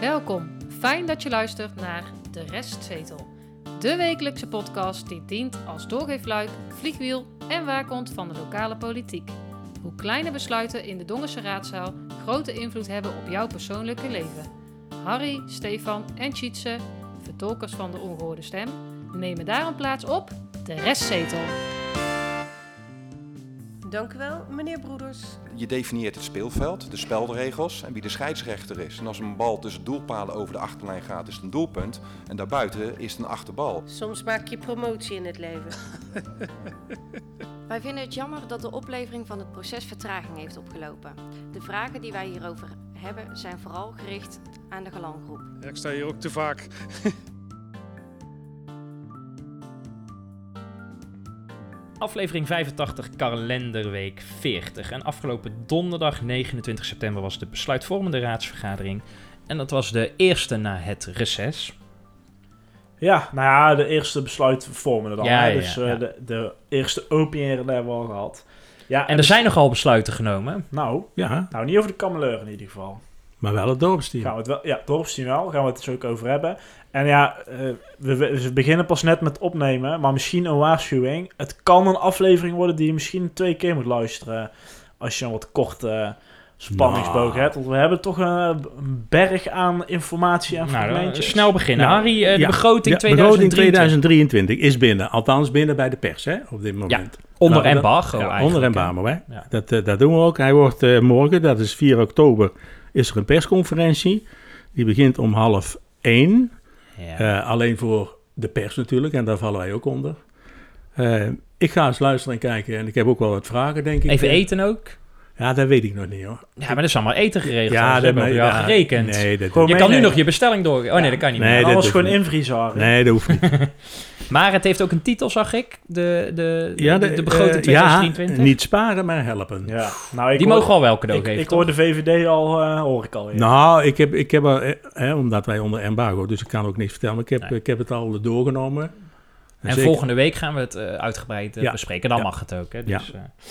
Welkom, fijn dat je luistert naar De Restzetel. De wekelijkse podcast die dient als doorgeefluik, vliegwiel en waakhond van de lokale politiek. Hoe kleine besluiten in de Dongense raadzaal grote invloed hebben op jouw persoonlijke leven. Harry, Stefan en Tjitse, vertolkers van de ongehoorde stem, nemen daarom plaats op De Restzetel. Dank u wel, meneer Broeders. Je definieert het speelveld, de spelregels en wie de scheidsrechter is. En als een bal tussen doelpalen over de achterlijn gaat, is het een doelpunt. En daarbuiten is het een achterbal. Soms maak je promotie in het leven. Wij vinden het jammer dat de oplevering van het proces vertraging heeft opgelopen. De vragen die wij hierover hebben zijn vooral gericht aan de Galangroep. Ja, ik sta hier ook te vaak. Aflevering 85, kalenderweek 40. En afgelopen donderdag 29 september was de besluitvormende raadsvergadering. En dat was de eerste na het reces. Ja, nou ja, de eerste besluitvormende dan. Ja. De eerste openjaren hebben we al gehad. Ja, En er zijn nogal besluiten genomen. Nou, niet over de kameleur in ieder geval. Maar wel het dorpsteam. Gaan we het wel, ja, dorpsteam wel. Gaan we het dus ook over hebben. En ja, we beginnen pas net met opnemen, maar misschien een waarschuwing. Het kan een aflevering worden die je misschien 2 keer moet luisteren als je een wat korte spanningsboog hebt. Want we hebben toch een berg aan informatie en fragmentjes. Snel beginnen. Nou, Harry, de begroting de begroting 2023 is binnen. Althans binnen bij de pers, hè, op dit moment. Onder Nou, embargo ja, eigenlijk. onder embargo, hè. Ja. Dat doen we ook. Hij wordt morgen, dat is 4 oktober, is er een persconferentie. Die begint om 12:30. Ja. Alleen voor de pers natuurlijk, en daar vallen wij ook onder. Ik ga eens luisteren en kijken. En ik heb ook wel wat vragen, denk ik. Even eten ook? Ja, dat weet ik nog niet, hoor. Ja, maar dat is allemaal eten geregeld. Ja, dat hebben we al gerekend. Nee, dat Gewoon je kan nu meenemen. nog je bestelling door... Oh nee, dat kan niet Nee, meer. dat Alles hoeft gewoon niet. invriezen, Harry. Nee, dat hoeft niet. Maar het heeft ook een titel, zag ik. De begroting 2023. Ja, niet sparen, maar helpen. Ja. Nou, Die mogen al wel cadeau geven, Ik toch? hoor de VVD al, hoor ik al. Ja. Nou, ik heb al, omdat wij onder embargo, dus ik kan ook niks vertellen, maar ik heb het al doorgenomen. En zeker- volgende week gaan we het uitgebreid Ja. bespreken. Dan Ja. mag het ook. Hè? Ja. Dus,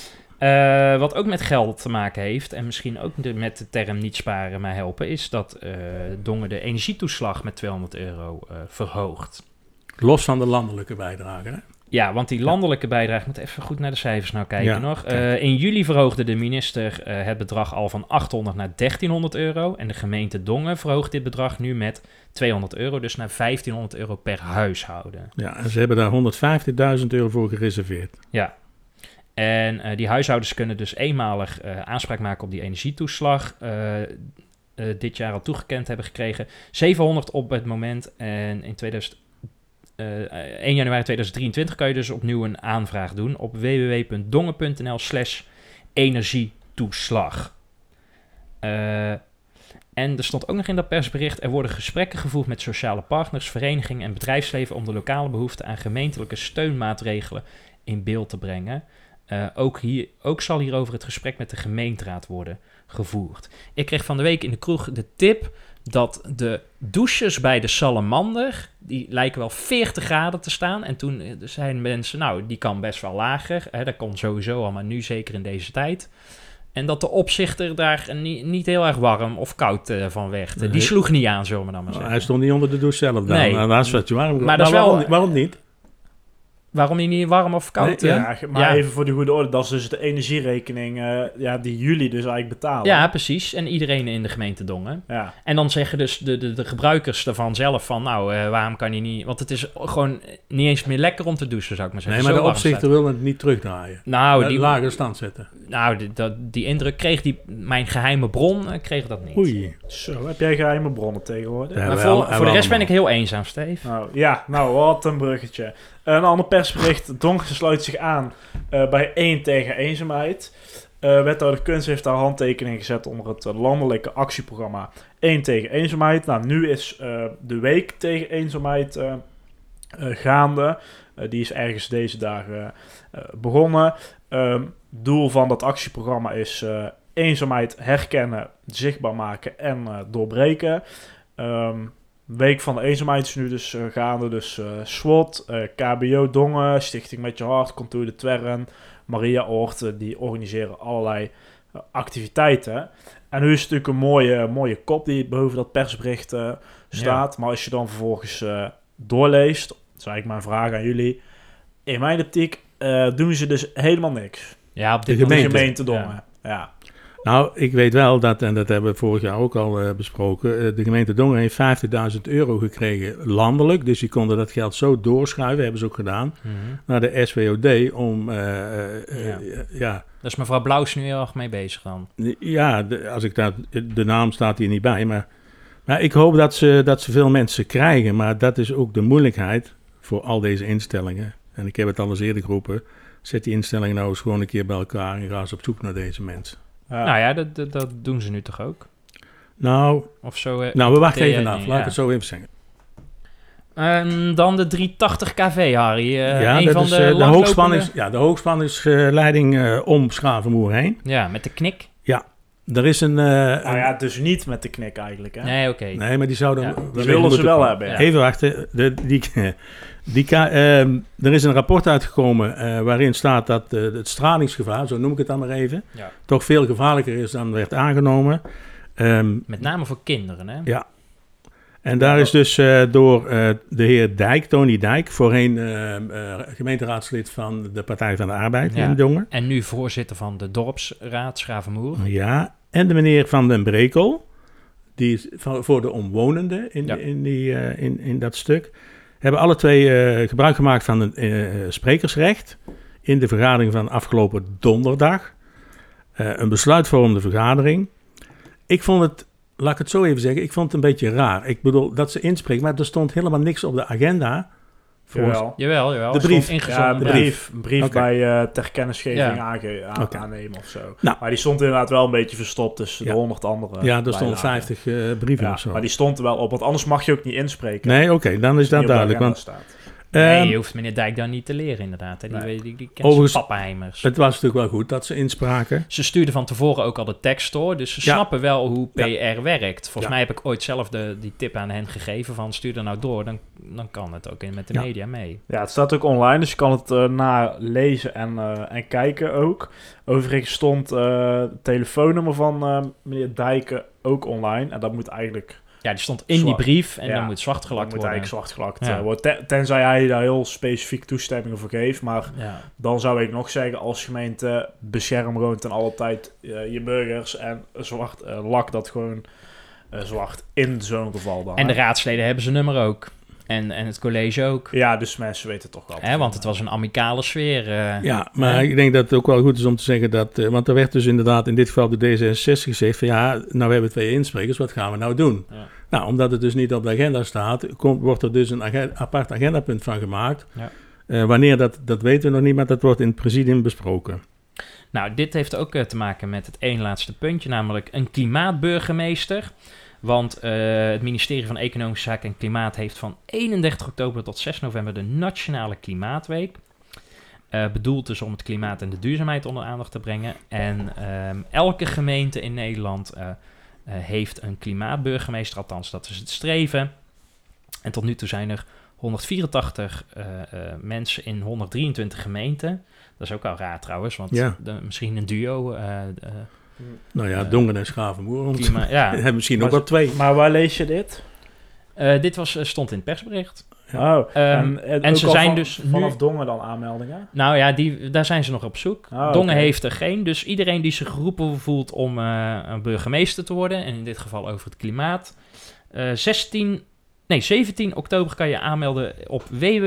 wat ook met geld te maken heeft, en misschien ook met de term niet sparen, maar helpen, is dat Dongen de energietoeslag met €200 verhoogt. Los van de landelijke bijdrage, hè? Ja, want die landelijke bijdrage, moet even goed naar de cijfers nou kijken Ja, nog. kijk. In juli verhoogde de minister het bedrag al van €800 naar €1300. En de gemeente Dongen verhoogt dit bedrag nu met €200, dus naar €1500 per huishouden. Ja, en ze hebben daar €150.000 voor gereserveerd. Ja. En die huishoudens kunnen dus eenmalig aanspraak maken op die energietoeslag. Dit jaar al toegekend hebben gekregen. 700 op het moment. En in 1 januari 2023 kan je dus opnieuw een aanvraag doen op www.dongen.nl/energietoeslag. En er stond ook nog in dat persbericht: er worden gesprekken gevoerd met sociale partners, verenigingen en bedrijfsleven om de lokale behoefte aan gemeentelijke steunmaatregelen in beeld te brengen. Ook zal hierover het gesprek met de gemeenteraad worden gevoerd. Ik kreeg van de week in de kroeg de tip dat de douches bij de Salamander, die lijken wel 40 graden te staan. En toen zeiden mensen, nou, die kan best wel lager. Hè, dat kon sowieso al, maar nu zeker in deze tijd. En dat de opzichter daar niet heel erg warm of koud van werd. Nee. Die sloeg niet aan, zullen we dan maar zeggen. Hij stond niet onder de douche zelf dan. Nee. Nou, dat is wat je warm. Maar dat is wel- waarom niet? Waarom die niet warm of koud? Nee, hè? Ja, maar even voor de goede orde, dat is dus de energierekening die jullie dus eigenlijk betalen. Ja, precies. En iedereen in de gemeente Dongen. Ja. En dan zeggen dus de gebruikers ervan zelf van, nou, waarom kan je niet... Want het is gewoon niet eens meer lekker om te douchen, zou ik maar zeggen. Nee, maar Zo de warm opzichter staat wil het niet terugdraaien. Nou, die, Lagere stand zetten. die indruk kreeg mijn geheime bron, kreeg dat niet. Oei. Zo, heb jij geheime bronnen tegenwoordig? Ja. Maar wel- voor de rest ben allemaal. ik heel eenzaam, Steve. Nou, wat een bruggetje. Een ander persbericht. Dongen sluit zich aan bij 1 tegen eenzaamheid. Wethouder Kunst heeft daar handtekening gezet onder het landelijke actieprogramma 1 tegen eenzaamheid. Nou, nu is de week tegen eenzaamheid gaande. Die is ergens deze dagen begonnen. Doel van dat actieprogramma is eenzaamheid herkennen, zichtbaar maken en doorbreken. Week van de eenzaamheid is nu dus gaande. Dus SWOT, KBO Dongen, Stichting Met Je Hart, Contour de Twerren, Maria Oort, die organiseren allerlei activiteiten. En nu is het natuurlijk een mooie kop die boven dat persbericht staat. Maar als je dan vervolgens doorleest, dat is eigenlijk mijn vraag aan jullie. In mijn optiek doen ze dus helemaal niks. Ja, op De dit moment. Gemeente Dongen. Ja. Nou, ik weet wel dat, en dat hebben we vorig jaar ook al besproken, de gemeente Dongen heeft €50.000 gekregen landelijk. Dus die konden dat geld zo doorschuiven, hebben ze ook gedaan, naar de SWOD om, Daar is mevrouw Blauws nu heel erg mee bezig dan. als ik de naam staat hier niet bij, maar ik hoop dat ze veel mensen krijgen. Maar dat is ook de moeilijkheid voor al deze instellingen. En ik heb het al eens eerder geroepen, zet die instellingen nou eens gewoon een keer bij elkaar en ga eens op zoek naar deze mensen. Nou ja, dat doen ze nu toch ook? Nou, Of zo, we wachten even af. Laat ik het zo even zeggen. Dan de 380 kV, Harry. Een dat van is de hoogspanningsleiding om Schavenmoer heen. Ja, met de knik. Er is een... Dus niet met de knik eigenlijk, hè? Nee, oké. Nee, maar die zouden... Ja, Die willen ze wel hebben. Ja. Even wachten. Er is een rapport uitgekomen waarin staat dat het stralingsgevaar, zo noem ik het dan maar even, toch veel gevaarlijker is dan werd aangenomen. Met name voor kinderen, hè? Ja. En daar is dus door de heer Dijk, Tony Dijk, voorheen gemeenteraadslid van de Partij van de Arbeid in Dongen. En nu voorzitter van de dorpsraad Schavenmoer. Ja, en de meneer Van den Brekel, die is voor de omwonenden in dat stuk, hebben alle twee gebruik gemaakt van een sprekersrecht in de vergadering van afgelopen donderdag. Een besluitvormende vergadering. Ik vond het, laat ik het zo even zeggen, ik vond het een beetje raar. Ik bedoel, dat ze inspreken, maar er stond helemaal niks op de agenda. Jawel. De brief. Ja, een brief Okay. bij ter kennisgeving aannemen of zo. Nou, maar die stond inderdaad wel een beetje verstopt tussen de 100 andere. Ja, er stonden 50 brieven of zo. Maar die stond er wel op, want anders mag je ook niet inspreken. Nee, oké, dan is dat duidelijk. Want nee, je hoeft meneer Dijk dan niet te leren inderdaad. Hè. Die kent pappenheimers. Het was natuurlijk wel goed dat ze inspraken. Ze stuurden van tevoren ook al de tekst door, dus ze snappen wel hoe PR werkt. Volgens mij heb ik ooit zelf die tip aan hen gegeven van stuur er nou door, dan kan het ook met de media mee. Ja, het staat ook online, dus je kan het nalezen en kijken ook. Overigens stond het telefoonnummer van meneer Dijken ook online en dat moet eigenlijk... Ja, die stond in die brief en dan moet zwart gelakt worden. Moet eigenlijk zwart gelakt worden. Tenzij hij daar heel specifiek toestemmingen voor geeft. Maar dan zou ik nog zeggen, als gemeente bescherm gewoon ten alle tijd je burgers. En zwart lak dat gewoon zwart in zo'n geval dan. En de raadsleden hebben zijn nummer ook. En het college ook. Ja, dus mensen weten het toch wel. Want het was een amicale sfeer. Ja, maar ik denk dat het ook wel goed is om te zeggen dat... want er werd dus inderdaad in dit geval op de D66 gezegd van nou hebben we 2 insprekers, wat gaan we nou doen? Ja. Nou, omdat het dus niet op de agenda staat, wordt er dus een apart agendapunt van gemaakt. Ja. Wanneer dat weten we nog niet, maar dat wordt in het presidium besproken. Nou, dit heeft ook te maken met het één laatste puntje, namelijk een klimaatburgemeester. Want het ministerie van Economische Zaken en Klimaat heeft van 31 oktober tot 6 november de Nationale Klimaatweek. Bedoeld dus om het klimaat en de duurzaamheid onder aandacht te brengen. En elke gemeente in Nederland heeft een klimaatburgemeester, althans dat is het streven. En tot nu toe zijn er 184 mensen in 123 gemeenten. Dat is ook al raar trouwens, want misschien een duo... Dongen en Schavenmoer. Misschien ook wel 2. Maar waar lees je dit? Dit stond in het persbericht. En ze zijn dus vanaf nu... Dongen dan aanmeldingen? Nou ja, daar zijn ze nog op zoek. Dongen heeft er geen. Dus iedereen die zich geroepen voelt om een burgemeester te worden, en in dit geval over het klimaat. 17 oktober kan je aanmelden op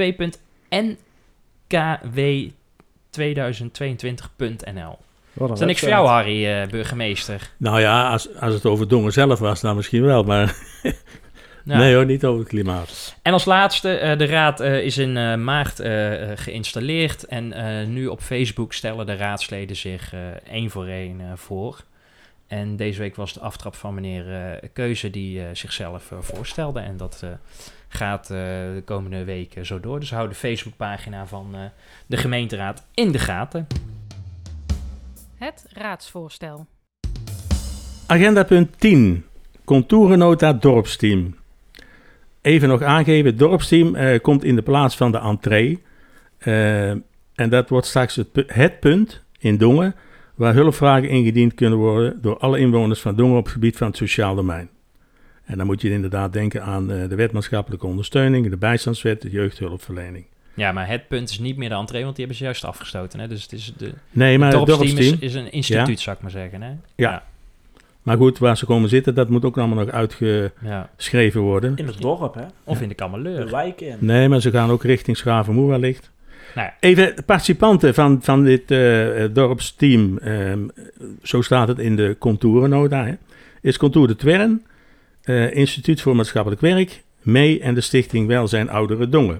www.nkw2022.nl. Is dat niks voor jou, Harry, burgemeester? Nou ja, als het over Dongen zelf was, dan misschien wel, maar... Nee hoor, niet over het klimaat. En als laatste, de raad is in maart geïnstalleerd. En nu op Facebook stellen de raadsleden zich 1 voor 1 voor. En deze week was de aftrap van meneer Keuze die zichzelf voorstelde. En dat gaat de komende weken zo door. Dus hou de Facebookpagina van de gemeenteraad in de gaten. Het raadsvoorstel. Agenda punt 10. Contourennota dorpsteam. Even nog aangeven, het dorpsteam komt in de plaats van de entree. En dat wordt straks het punt in Dongen waar hulpvragen ingediend kunnen worden door alle inwoners van Dongen op het gebied van het sociaal domein. En dan moet je inderdaad denken aan de wet maatschappelijke ondersteuning, de bijstandswet, de jeugdhulpverlening. Ja, maar het punt is niet meer de entree, want die hebben ze juist afgestoten. Hè? Dus het is Nee, maar het het dorpsteam dorpsteam, is een instituut, zou ik maar zeggen. Hè? Ja. Maar goed, waar ze komen zitten, dat moet ook allemaal nog uitgeschreven worden. In het dorp, hè? Of in de De Kamerleur. wijk in. Nee, maar ze gaan ook richting Schravenmoer wellicht. Nou ja. Even participanten van dit dorpsteam, zo staat het in de contourennota, hè, is Contour de Twern, Instituut voor Maatschappelijk Werk, mee en de Stichting Welzijn Ouderen Dongen.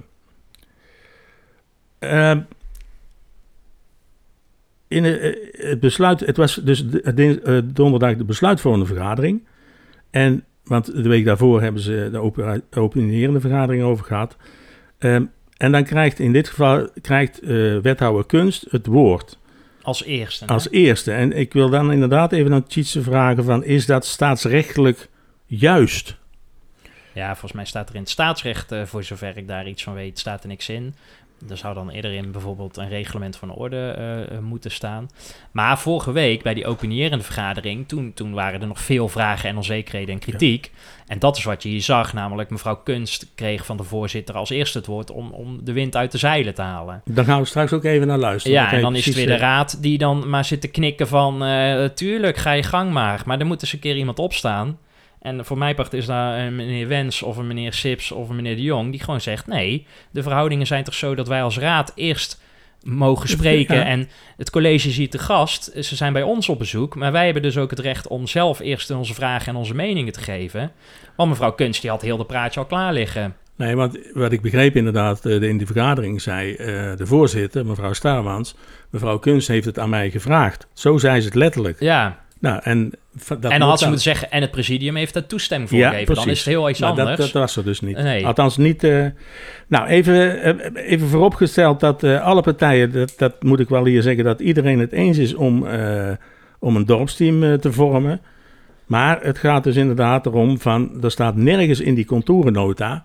In het besluit, het was dus donderdag de besluitvormende vergadering. Want de week daarvoor hebben ze de opinierende vergadering over gehad. En dan krijgt in dit geval wethouder Kunst het woord. Als eerste. Hè? Als eerste. En ik wil dan inderdaad even aan Tjitse vragen van, is dat staatsrechtelijk juist? Ja, volgens mij staat er in het staatsrecht, voor zover ik daar iets van weet, staat er niks in. Er zou dan eerder in bijvoorbeeld een reglement van orde moeten staan. Maar vorige week bij die opinierende vergadering, toen waren er nog veel vragen en onzekerheden en kritiek. Ja. En dat is wat je hier zag, namelijk mevrouw Kunst kreeg van de voorzitter als eerste het woord om de wind uit de zeilen te halen. Daar gaan we straks ook even naar luisteren. Ja, en dan is het weer de raad die dan maar zit te knikken van, tuurlijk, ga je gang maar er moet eens een keer iemand opstaan. En voor mijn part is daar een meneer Wens of een meneer Sips of een meneer De Jong die gewoon zegt, nee, de verhoudingen zijn toch zo dat wij als raad eerst mogen spreken. Ja. En het college is hier te gast, ze zijn bij ons op bezoek, maar wij hebben dus ook het recht om zelf eerst onze vragen en onze meningen te geven. Want mevrouw Kunst die had heel de praatje al klaar liggen. Nee, want wat ik begreep inderdaad, in die vergadering zei de voorzitter, mevrouw Starmans, mevrouw Kunst heeft het aan mij gevraagd. Zo zei ze het letterlijk. Ja. Nou, en dan had ze moeten zeggen, en het presidium heeft daar toestemming voor gegeven. Dan is het heel iets anders. Dat was er dus niet. Nee. Althans niet. Nou, even vooropgesteld dat alle partijen, dat moet ik wel hier zeggen, dat iedereen het eens is om een dorpsteam te vormen. Maar het gaat dus inderdaad erom van, er staat nergens in die contourennota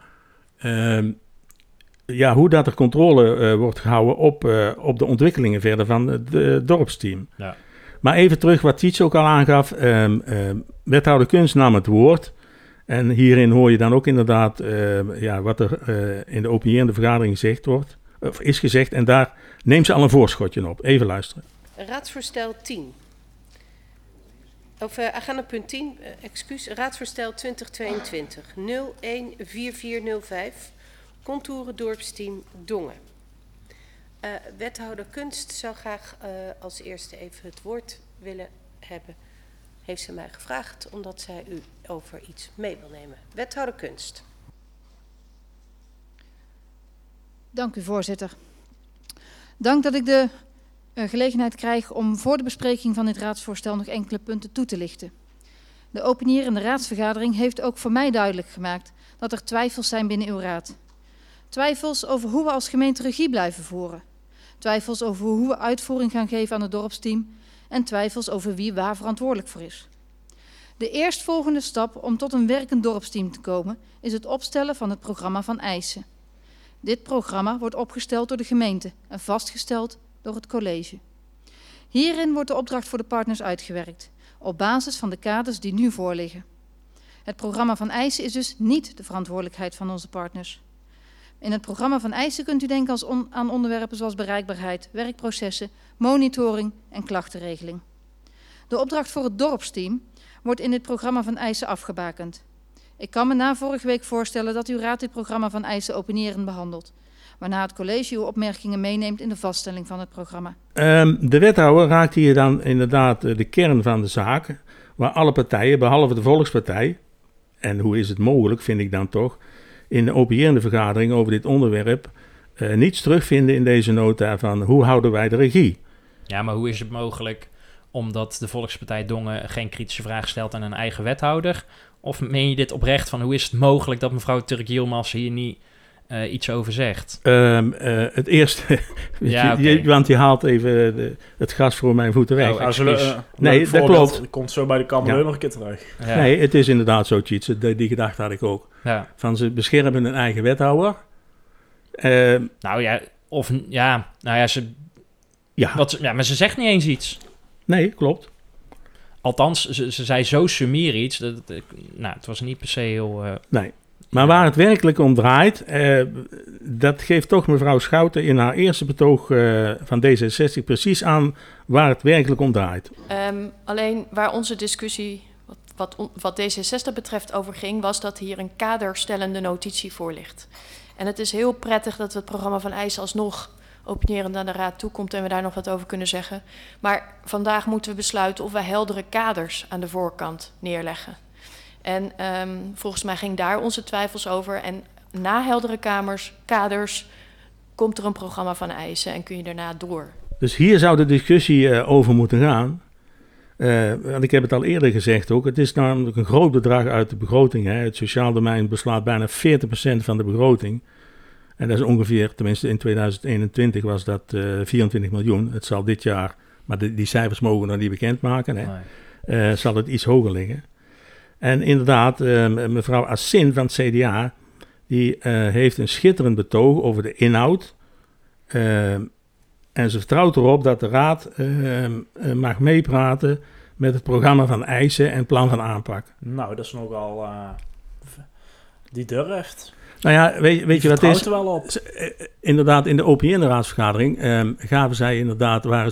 hoe dat er controle wordt gehouden op de ontwikkelingen verder van het dorpsteam. Ja. Maar even terug wat Tiets ook al aangaf. Wethouder Kunst nam het woord. En hierin hoor je dan ook inderdaad wat er in de opinierende vergadering gezegd wordt, of is gezegd. En daar neemt ze al een voorschotje op. Even luisteren. Raadsvoorstel 10. Of agenda punt 10, Raadsvoorstel 2022 014405. Contouren dorpsteam Dongen. Wethouder Kunst zou graag als eerste even het woord willen hebben. Heeft ze mij gevraagd omdat zij u over iets mee wil nemen. Wethouder Kunst. Dank u, voorzitter. Dank dat ik de gelegenheid krijg om voor de bespreking van dit raadsvoorstel nog enkele punten toe te lichten. De opinierende raadsvergadering heeft ook voor mij duidelijk gemaakt dat er twijfels zijn binnen uw raad. Twijfels over hoe we als gemeente regie blijven voeren. Twijfels over hoe we uitvoering gaan geven aan het dorpsteam. En twijfels over wie waar verantwoordelijk voor is. De eerstvolgende stap om tot een werkend dorpsteam te komen is het opstellen van het programma van eisen. Dit programma wordt opgesteld door de gemeente en vastgesteld door het college. Hierin wordt de opdracht voor de partners uitgewerkt, op basis van de kaders die nu voorliggen. Het programma van eisen is dus niet de verantwoordelijkheid van onze partners. In het programma van eisen kunt u denken aan onderwerpen zoals bereikbaarheid, werkprocessen, monitoring en klachtenregeling. De opdracht voor het dorpsteam wordt in dit programma van eisen afgebakend. Ik kan me na vorige week voorstellen dat uw raad dit programma van eisen opinierend behandelt, waarna het college uw opmerkingen meeneemt in de vaststelling van het programma. De wethouder raakt hier dan inderdaad de kern van de zaak, waar alle partijen, behalve de Volkspartij, en hoe is het mogelijk, vind ik dan toch, in de opinierende vergadering over dit onderwerp niets terugvinden in deze nota van hoe houden wij de regie. Ja, maar hoe is het mogelijk omdat de Volkspartij Dongen geen kritische vraag stelt aan een eigen wethouder? Of meen je dit oprecht van hoe is het mogelijk dat mevrouw Turk-Yilmaz hier niet iets over zegt? Het eerste, want je haalt even het gas voor mijn voeten weg. Nee, dat klopt. Komt zo bij de Kamerleur nog een keer terug. Ja. Nee, het is inderdaad zo, Tjitse. Die gedachte had ik ook. Ja. Van ze beschermen een eigen wethouder. Maar ze zegt niet eens iets. Nee, klopt. Althans, ze zei zo sumier iets. Het was niet per se heel... Nee. Maar waar het werkelijk om draait, dat geeft toch mevrouw Schouten in haar eerste betoog van D66 precies aan waar het werkelijk om draait. Alleen waar onze discussie, wat D66 betreft, over ging, was dat hier een kaderstellende notitie voor ligt. En het is heel prettig dat het programma van eisen alsnog opinierend naar de Raad toekomt en we daar nog wat over kunnen zeggen. Maar vandaag moeten we besluiten of wij heldere kaders aan de voorkant neerleggen. En volgens mij ging daar onze twijfels over. En na heldere kaders komt er een programma van eisen en kun je daarna door. Dus hier zou de discussie over moeten gaan. Want ik heb het al eerder gezegd ook. Het is namelijk een groot bedrag uit de begroting. Hè. Het sociaal domein beslaat bijna 40% van de begroting. En dat is ongeveer, tenminste in 2021 was dat 24 miljoen. Het zal dit jaar, maar die cijfers mogen we nog niet bekendmaken. Hè. Nee. Zal het iets hoger liggen. En inderdaad, mevrouw Assin van het CDA, die heeft een schitterend betoog over de inhoud. En ze vertrouwt erop dat de Raad mag meepraten met het programma van eisen en plan van aanpak. Nou, dat is nogal... die durft. Nou ja, weet je wat het is? Er wel op. Inderdaad, in de OPN-raadsvergadering gaven zij inderdaad, waren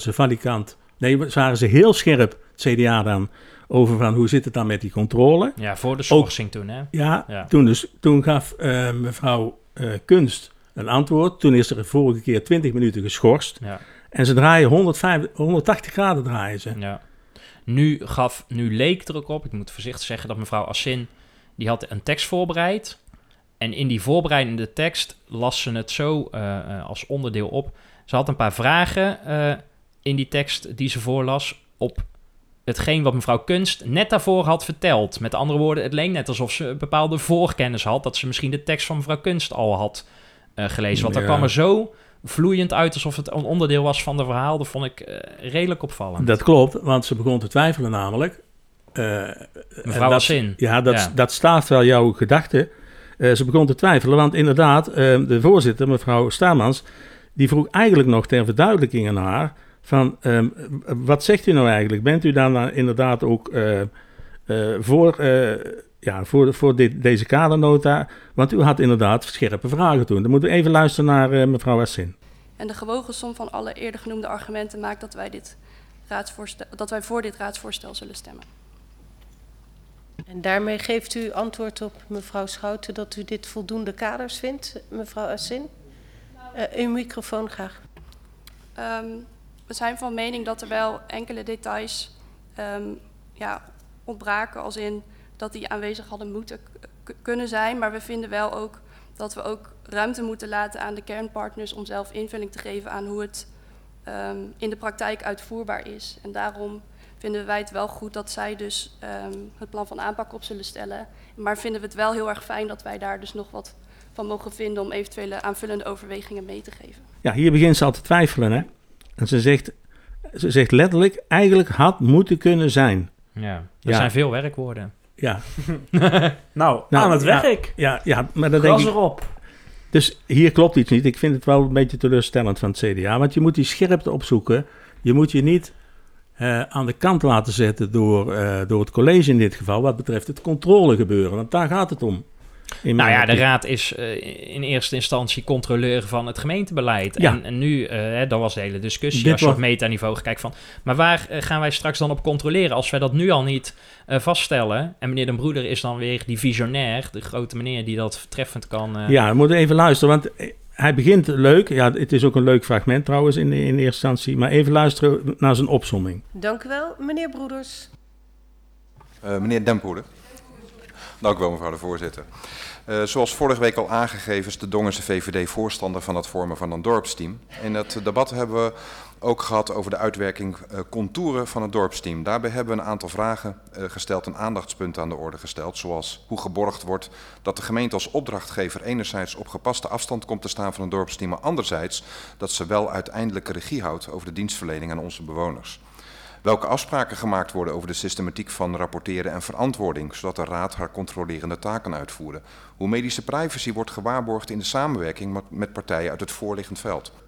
ze heel scherp, het CDA dan, over van hoe zit het dan met die controle. Ja, voor de schorsing toen, hè? Ja. Toen gaf mevrouw Kunst een antwoord. Toen is er de vorige keer 20 minuten geschorst. Ja. En ze draaien 180 graden draaien ze. Ja. Nu leek het er ook op, ik moet voorzichtig zeggen, dat mevrouw Assin, die had een tekst voorbereid. En in die voorbereidende tekst las ze het zo als onderdeel op. Ze had een paar vragen in die tekst die ze voorlas op hetgeen wat mevrouw Kunst net daarvoor had verteld. Met andere woorden, het leek net alsof ze een bepaalde voorkennis had, dat ze misschien de tekst van mevrouw Kunst al had gelezen. Want daar kwam er zo vloeiend uit alsof het een onderdeel was van de verhaal. Dat vond ik redelijk opvallend. Dat klopt, want ze begon te twijfelen namelijk. Mevrouw Assin. Ja, dat staat wel jouw gedachte. Ze begon te twijfelen, want inderdaad, de voorzitter, mevrouw Staarmans, die vroeg eigenlijk nog ter verduidelijking aan haar van, wat zegt u nou eigenlijk? Bent u dan inderdaad ook voor deze kadernota? Want u had inderdaad scherpe vragen toen. Dan moeten we even luisteren naar mevrouw Assin. En de gewogen som van alle eerder genoemde argumenten maakt dat wij voor dit raadsvoorstel zullen stemmen. En daarmee geeft u antwoord op mevrouw Schouten dat u dit voldoende kaders vindt, mevrouw Assin? Uw microfoon graag. We zijn van mening dat er wel enkele details ontbraken, als in dat die aanwezig hadden moeten kunnen zijn. Maar we vinden wel ook dat we ook ruimte moeten laten aan de kernpartners om zelf invulling te geven aan hoe het in de praktijk uitvoerbaar is. En daarom vinden wij het wel goed dat zij dus het plan van aanpak op zullen stellen. Maar vinden we het wel heel erg fijn dat wij daar dus nog wat van mogen vinden om eventuele aanvullende overwegingen mee te geven. Ja, hier begint ze al te twijfelen, hè. En ze zegt letterlijk, eigenlijk had moeten kunnen zijn. Ja, dat zijn veel werkwoorden. Ja. nou, aan het werk. Ja, maar dan denk ik... erop. Dus hier klopt iets niet. Ik vind het wel een beetje teleurstellend van het CDA. Want je moet die scherpte opzoeken. Je moet je niet aan de kant laten zetten door het college in dit geval, wat betreft het controlegebeuren. Want daar gaat het om. De Raad is in eerste instantie controleur van het gemeentebeleid. Ja. En nu, dat was de hele discussie, als je op metaniveau kijkt van, maar waar gaan wij straks dan op controleren als wij dat nu al niet vaststellen? En meneer Den Broeder is dan weer die visionair, de grote meneer die dat treffend kan... Ja, we moeten even luisteren, want hij begint leuk. Ja, het is ook een leuk fragment trouwens in eerste instantie, maar even luisteren naar zijn opsomming. Dank u wel, meneer Broeders. Meneer Den Broeder. Dank u wel, mevrouw de voorzitter. Zoals vorige week al aangegeven is de Dongense VVD voorstander van het vormen van een dorpsteam. In het debat hebben we ook gehad over de uitwerking contouren van het dorpsteam. Daarbij hebben we een aantal vragen gesteld en aandachtspunten aan de orde gesteld. Zoals hoe geborgd wordt dat de gemeente als opdrachtgever enerzijds op gepaste afstand komt te staan van een dorpsteam, maar anderzijds dat ze wel uiteindelijke regie houdt over de dienstverlening aan onze bewoners. Welke afspraken gemaakt worden over de systematiek van rapporteren en verantwoording, zodat de Raad haar controlerende taken uitvoert. Hoe medische privacy wordt gewaarborgd in de samenwerking met partijen uit het voorliggend veld.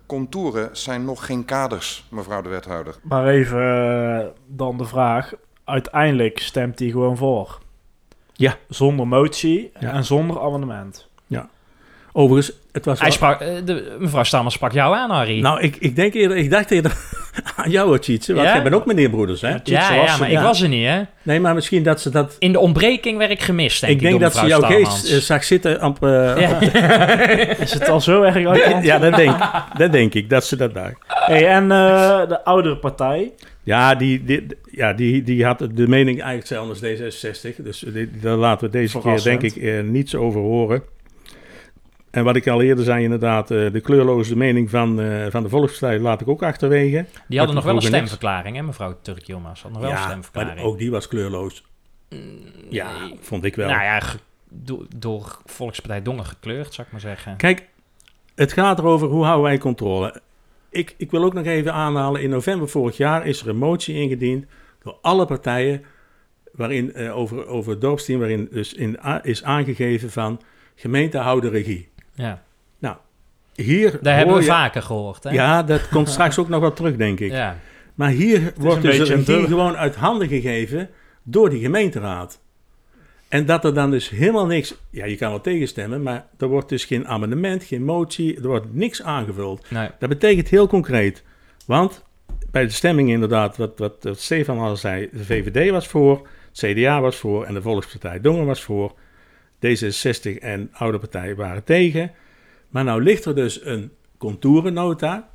contouren zijn nog geen kaders, mevrouw de wethouder. Maar even dan de vraag. Uiteindelijk stemt hij gewoon voor. Ja. Zonder motie en zonder amendement. Ja. Overigens, het was... Mevrouw Stamers sprak jou aan, Harry. Nou, ik dacht eerder aan jou, Tjitse. Want jij bent ook meneer Broeders, hè? Ja, maar ik was er niet, hè? Nee, maar misschien dat ze dat... In de ontbreking werd ik gemist, denk ik. Ik denk dat ze jouw geest zag zitten op... Is het al zo erg uit? Ja, dat denk ik, dat ze dat dacht. Hey, en de oudere partij? Ja, die had de mening eigenlijk hetzelfde als D66. Dus daar laten we deze keer, denk ik, niets over horen. En wat ik al eerder zei, inderdaad, de kleurloze mening van de Volkspartij laat ik ook achterwege. Die hadden nog wel een stemverklaring, hè, mevrouw Turk-Yilmaz? Had nog wel een Ja, stemverklaring. maar ook die was kleurloos. Ja, vond ik wel. Nou ja, door Volkspartij Dongen gekleurd, zou ik maar zeggen. Kijk, het gaat erover hoe houden wij controle. Ik wil ook nog even aanhalen, in november vorig jaar is er een motie ingediend door alle partijen waarin over het dorpsteam, waarin dus is aangegeven van gemeente houden regie. Ja. Nou, hier daar hebben we vaker gehoord, hè? Ja, dat komt straks ook nog wel terug, denk ik. Ja. Maar hier wordt dus de regie gewoon uit handen gegeven door die gemeenteraad. En dat er dan dus helemaal niks... Ja, je kan wel tegenstemmen, maar er wordt dus geen amendement, geen motie, er wordt niks aangevuld. Nee. Dat betekent heel concreet. Want bij de stemming inderdaad, wat Stefan al zei, de VVD was voor, het CDA was voor en de Volkspartij Dongen was voor. D66 en Oude Partij waren tegen. Maar nou ligt er dus een contourennota.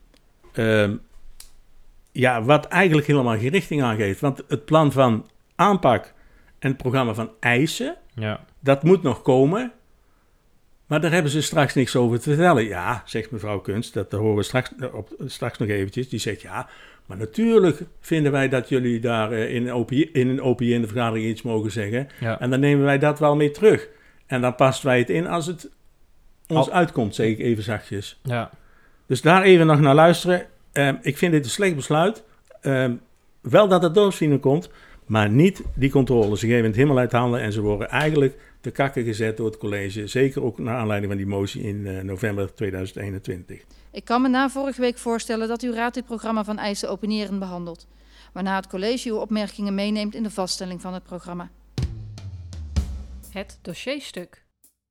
Wat eigenlijk helemaal geen richting aangeeft. Want het plan van aanpak en het programma van eisen, dat moet nog komen. Maar daar hebben ze straks niks over te vertellen. Ja, zegt mevrouw Kunst, dat horen we straks nog eventjes. Die zegt, ja, maar natuurlijk vinden wij dat jullie daar in een OPI in de vergadering iets mogen zeggen. Ja. En dan nemen wij dat wel mee terug. En dan passen wij het in als het ons uitkomt, zeg ik even zachtjes. Ja. Dus daar even nog naar luisteren. Ik vind dit een slecht besluit. Wel dat het dorpsvrienden komt, maar niet die controle. Ze geven het helemaal uit handen en ze worden eigenlijk te kakken gezet door het college. Zeker ook naar aanleiding van die motie in november 2021. Ik kan me na vorige week voorstellen dat uw raad dit programma van eisen openierend behandelt. Waarna het college uw opmerkingen meeneemt in de vaststelling van het programma. Het dossierstuk.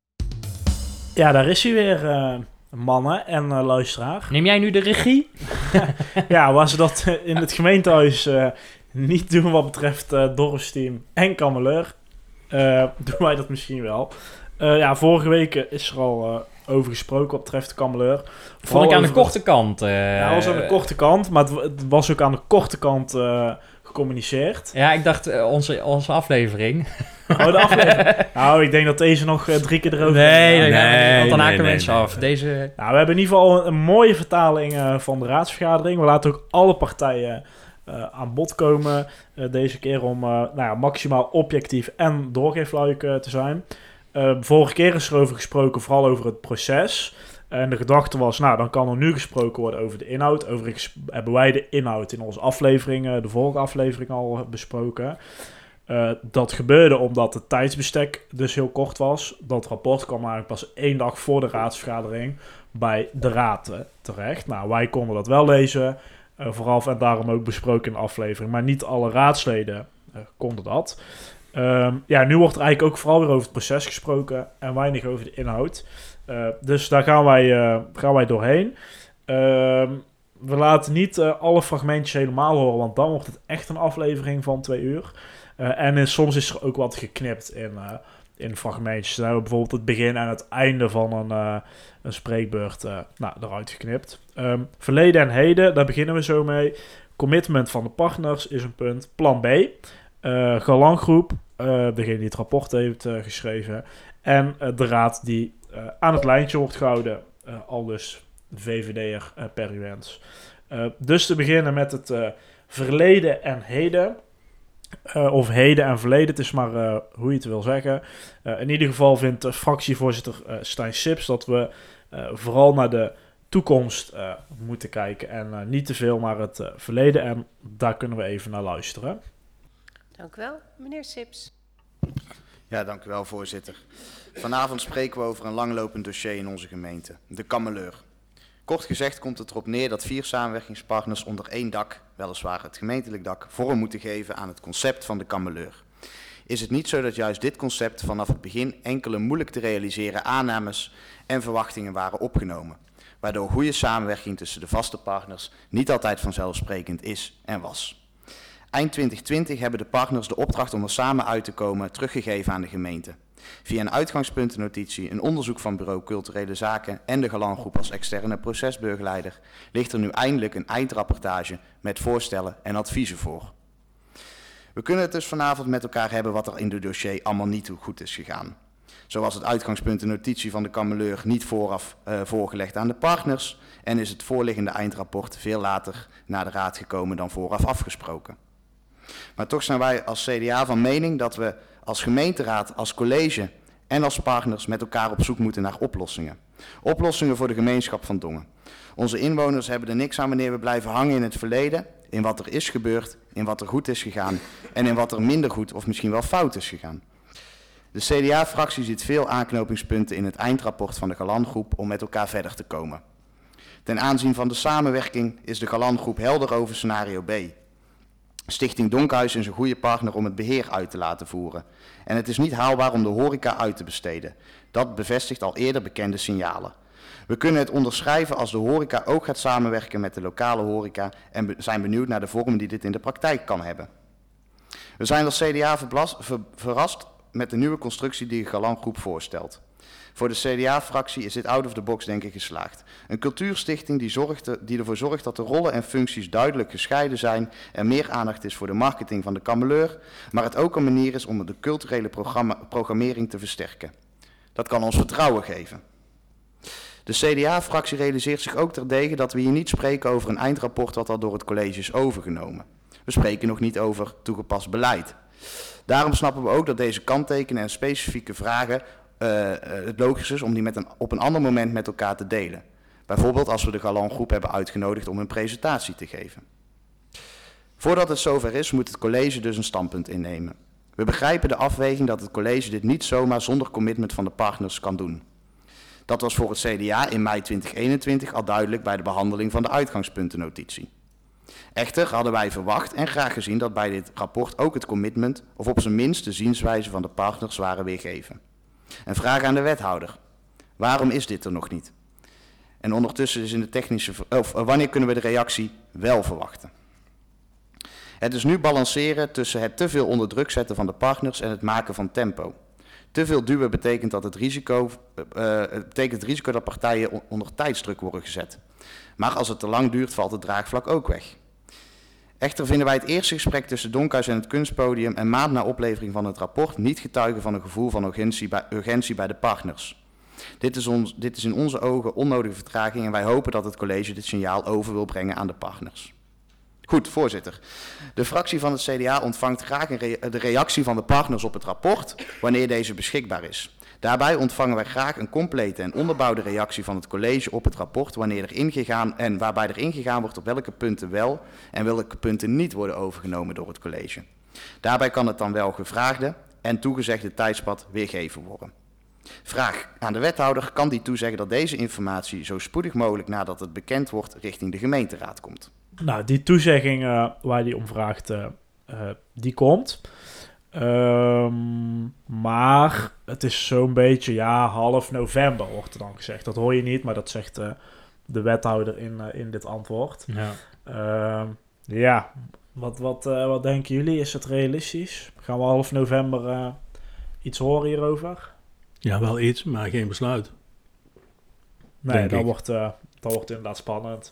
Ja, daar is hij weer, mannen en luisteraar. Neem jij nu de regie? Ja, waar ze dat in het gemeentehuis niet doen wat betreft dorpsteam en kameleur, doen wij dat misschien wel. Vorige week is er al over gesproken wat betreft de kameleur. Vond ik aan de korte kant. Ja, het was aan de korte kant, maar het was ook aan de korte kant gecommuniceerd. Ja, ik dacht onze aflevering. Oh, de aflevering. Nou, ik denk dat deze nog 3 keer erover... Want dan haken mensen af. Deze... Nou, we hebben in ieder geval een mooie vertaling van de raadsvergadering. We laten ook alle partijen aan bod komen deze keer om maximaal objectief en doorgeefluik te zijn. Vorige keer is er over gesproken, vooral over het proces. En de gedachte was, dan kan er nu gesproken worden over de inhoud. Overigens hebben wij de inhoud in onze aflevering, de vorige aflevering al besproken. Dat gebeurde omdat het tijdsbestek dus heel kort was. Dat rapport kwam eigenlijk pas 1 dag voor de raadsvergadering bij de raad terecht. Nou, wij konden dat wel lezen, vooraf en daarom ook besproken in de aflevering. Maar niet alle raadsleden konden dat. Nu wordt er eigenlijk ook vooral weer over het proces gesproken en weinig over de inhoud. Dus daar gaan wij doorheen. We laten niet alle fragmentjes helemaal horen, want dan wordt het echt een aflevering van 2 uur. En soms is er ook wat geknipt in fragmentjes. Dan hebben we bijvoorbeeld het begin en het einde van een spreekbeurt eruit geknipt. Verleden en heden, daar beginnen we zo mee. Commitment van de partners is een punt. Plan B. Galanggroep, degene die het rapport heeft geschreven. En de raad die aan het lijntje wordt gehouden. Aldus VVD'er per wens. Dus te beginnen met het verleden en heden. Of heden en verleden, het is maar hoe je het wil zeggen. In ieder geval vindt fractievoorzitter Stijn Sips dat we vooral naar de toekomst moeten kijken. En niet te veel naar het verleden. En daar kunnen we even naar luisteren. Dank u wel, meneer Sips. Ja, dank u wel, voorzitter. Vanavond spreken we over een langlopend dossier in onze gemeente, de kameleur. Kort gezegd komt het erop neer dat 4 samenwerkingspartners onder één dak, weliswaar het gemeentelijk dak, vorm moeten geven aan het concept van de kameleur. Is het niet zo dat juist dit concept vanaf het begin enkele moeilijk te realiseren aannames en verwachtingen waren opgenomen, waardoor goede samenwerking tussen de vaste partners niet altijd vanzelfsprekend is en was. Eind 2020 hebben de partners de opdracht om er samen uit te komen teruggegeven aan de gemeente. Via een uitgangspuntennotitie, een onderzoek van Bureau Culturele Zaken en de Galangroep als externe procesbegeleider ligt er nu eindelijk een eindrapportage met voorstellen en adviezen voor. We kunnen het dus vanavond met elkaar hebben wat er in het dossier allemaal niet goed is gegaan. Zo was het uitgangspuntennotitie van de kameleur niet vooraf voorgelegd aan de partners en is het voorliggende eindrapport veel later naar de raad gekomen dan vooraf afgesproken. Maar toch zijn wij als CDA van mening dat we als gemeenteraad, als college en als partners met elkaar op zoek moeten naar oplossingen. Oplossingen voor de gemeenschap van Dongen. Onze inwoners hebben er niks aan wanneer we blijven hangen in het verleden, in wat er is gebeurd, in wat er goed is gegaan en in wat er minder goed of misschien wel fout is gegaan. De CDA-fractie ziet veel aanknopingspunten in het eindrapport van de Galangroep om met elkaar verder te komen. Ten aanzien van de samenwerking is de Galangroep helder over scenario B. Stichting Donkhuis is een goede partner om het beheer uit te laten voeren. En het is niet haalbaar om de horeca uit te besteden. Dat bevestigt al eerder bekende signalen. We kunnen het onderschrijven als de horeca ook gaat samenwerken met de lokale horeca en zijn benieuwd naar de vorm die dit in de praktijk kan hebben. We zijn als CDA verrast met de nieuwe constructie die de Galangroep voorstelt. Voor de CDA-fractie is dit out of the box denk ik geslaagd. Een cultuurstichting die ervoor zorgt dat de rollen en functies duidelijk gescheiden zijn en meer aandacht is voor de marketing van de kameleur, maar het ook een manier is om de culturele programmering te versterken. Dat kan ons vertrouwen geven. De CDA-fractie realiseert zich ook terdege dat we hier niet spreken over een eindrapport wat al door het college is overgenomen. We spreken nog niet over toegepast beleid. Daarom snappen we ook dat deze kanttekenen en specifieke vragen het logisch is om die op een ander moment met elkaar te delen. Bijvoorbeeld als we de Galangroep hebben uitgenodigd om een presentatie te geven. Voordat het zover is, moet het college dus een standpunt innemen. We begrijpen de afweging dat het college dit niet zomaar zonder commitment van de partners kan doen. Dat was voor het CDA in mei 2021 al duidelijk bij de behandeling van de uitgangspuntennotitie. Echter hadden wij verwacht en graag gezien dat bij dit rapport ook het commitment of op zijn minst de zienswijze van de partners waren weergegeven. Een vraag aan de wethouder. Waarom is dit er nog niet? En ondertussen is in de technische... wanneer kunnen we de reactie wel verwachten? Het is nu balanceren tussen het te veel onder druk zetten van de partners en het maken van tempo. Te veel duwen betekent het risico dat partijen onder tijdsdruk worden gezet. Maar als het te lang duurt, valt het draagvlak ook weg. Echter vinden wij het eerste gesprek tussen Donkhuis en het Kunstpodium een maand na oplevering van het rapport niet getuigen van een gevoel van urgentie bij de partners. Dit is in onze ogen onnodige vertraging en wij hopen dat het college dit signaal over wil brengen aan de partners. Goed, voorzitter. De fractie van het CDA ontvangt graag de reactie van de partners op het rapport wanneer deze beschikbaar is. Daarbij ontvangen wij graag een complete en onderbouwde reactie van het college op het rapport waarbij er ingegaan wordt op welke punten wel en welke punten niet worden overgenomen door het college. Daarbij kan het dan wel gevraagde en toegezegde tijdspad weergegeven worden. Vraag aan de wethouder: kan die toezeggen dat deze informatie zo spoedig mogelijk nadat het bekend wordt richting de gemeenteraad komt? Nou, die toezegging waar hij om vraagt, die komt. Maar het is zo'n beetje, half november wordt er dan gezegd. Dat hoor je niet, maar dat zegt de wethouder in dit antwoord. Ja. Wat denken jullie? Is het realistisch? Gaan we half november iets horen hierover? Ja, wel iets, maar geen besluit. Nee, dat wordt inderdaad spannend.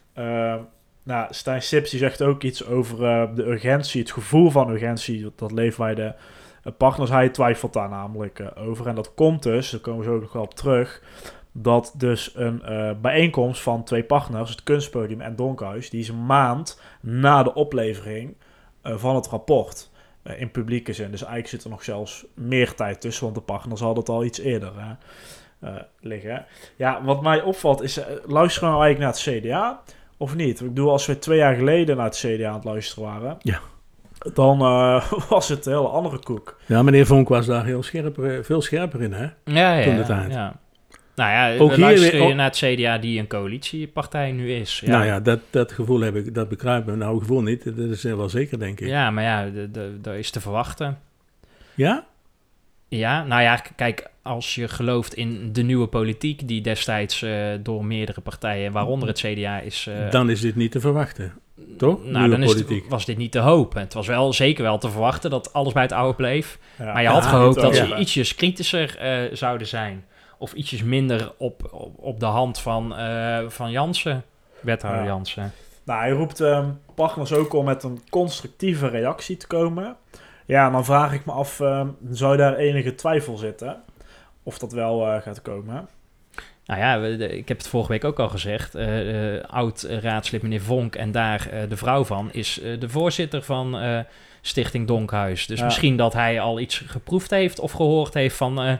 Stijn Sips die zegt ook iets over de urgentie, het gevoel van urgentie. Dat leeft bij de partners. Hij twijfelt daar namelijk over. En dat komt dus, daar komen we zo ook nog wel op terug, dat dus een bijeenkomst van 2 partners, het Kunstpodium en Donkhuis, die is een maand na de oplevering van het rapport in publieke zin. Dus eigenlijk zit er nog zelfs meer tijd tussen, want de partners hadden het al iets eerder liggen. Ja, wat mij opvalt is, luisteren we nou eigenlijk naar het CDA of niet? Ik bedoel, als we 2 jaar geleden naar het CDA aan het luisteren waren, dan was het een hele andere koek. Ja, meneer Vonk was daar veel scherper in, hè? Ja. Toen de tijd. Ja. Nou ja, Ook we hier luisteren weer- je naar het CDA die een coalitiepartij nu is. Ja. Nou ja, dat gevoel heb ik, dat begrijp ik. Nou, gevoel niet, dat is wel zeker, denk ik. Ja, maar ja, dat is te verwachten. Ja? Ja, nou ja, kijk, als je gelooft in de nieuwe politiek die destijds door meerdere partijen, waaronder het CDA, is... Dan is dit niet te verwachten, toch? Nou, Nieuwe dan politiek. was dit niet te hopen. Het was wel zeker wel te verwachten dat alles bij het oude bleef. Ja. Maar je had gehoopt dat ze ja. ietsjes kritischer zouden zijn. Of ietsjes minder op de hand van Jansen, wethouder Ja. Jansen. Nou, hij roept partners ook om met een constructieve reactie te komen. Ja, en dan vraag ik me af, zou daar enige twijfel zitten? Of dat wel gaat komen? Nou ja, ik heb het vorige week ook al gezegd. Oud-raadslid meneer Vonk en daar de vrouw van is de voorzitter van Stichting Donkhuis. Dus Ja. misschien dat hij al iets geproefd heeft of gehoord heeft van...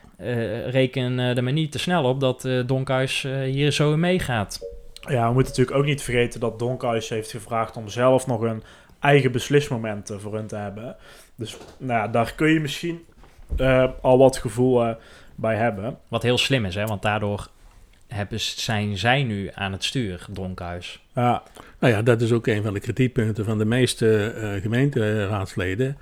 reken er maar niet te snel op dat Donkhuis hier zo in meegaat. Ja, we moeten natuurlijk ook niet vergeten dat Donkhuis heeft gevraagd om zelf nog een eigen beslismoment voor hun te hebben. Dus nou ja, daar kun je misschien al wat gevoel bij hebben. Wat heel slim is, hè? Want daardoor zijn zij nu aan het stuur, Donkhuis. Ja, Nou ja, dat is ook een van de kritiekpunten van de meeste gemeenteraadsleden.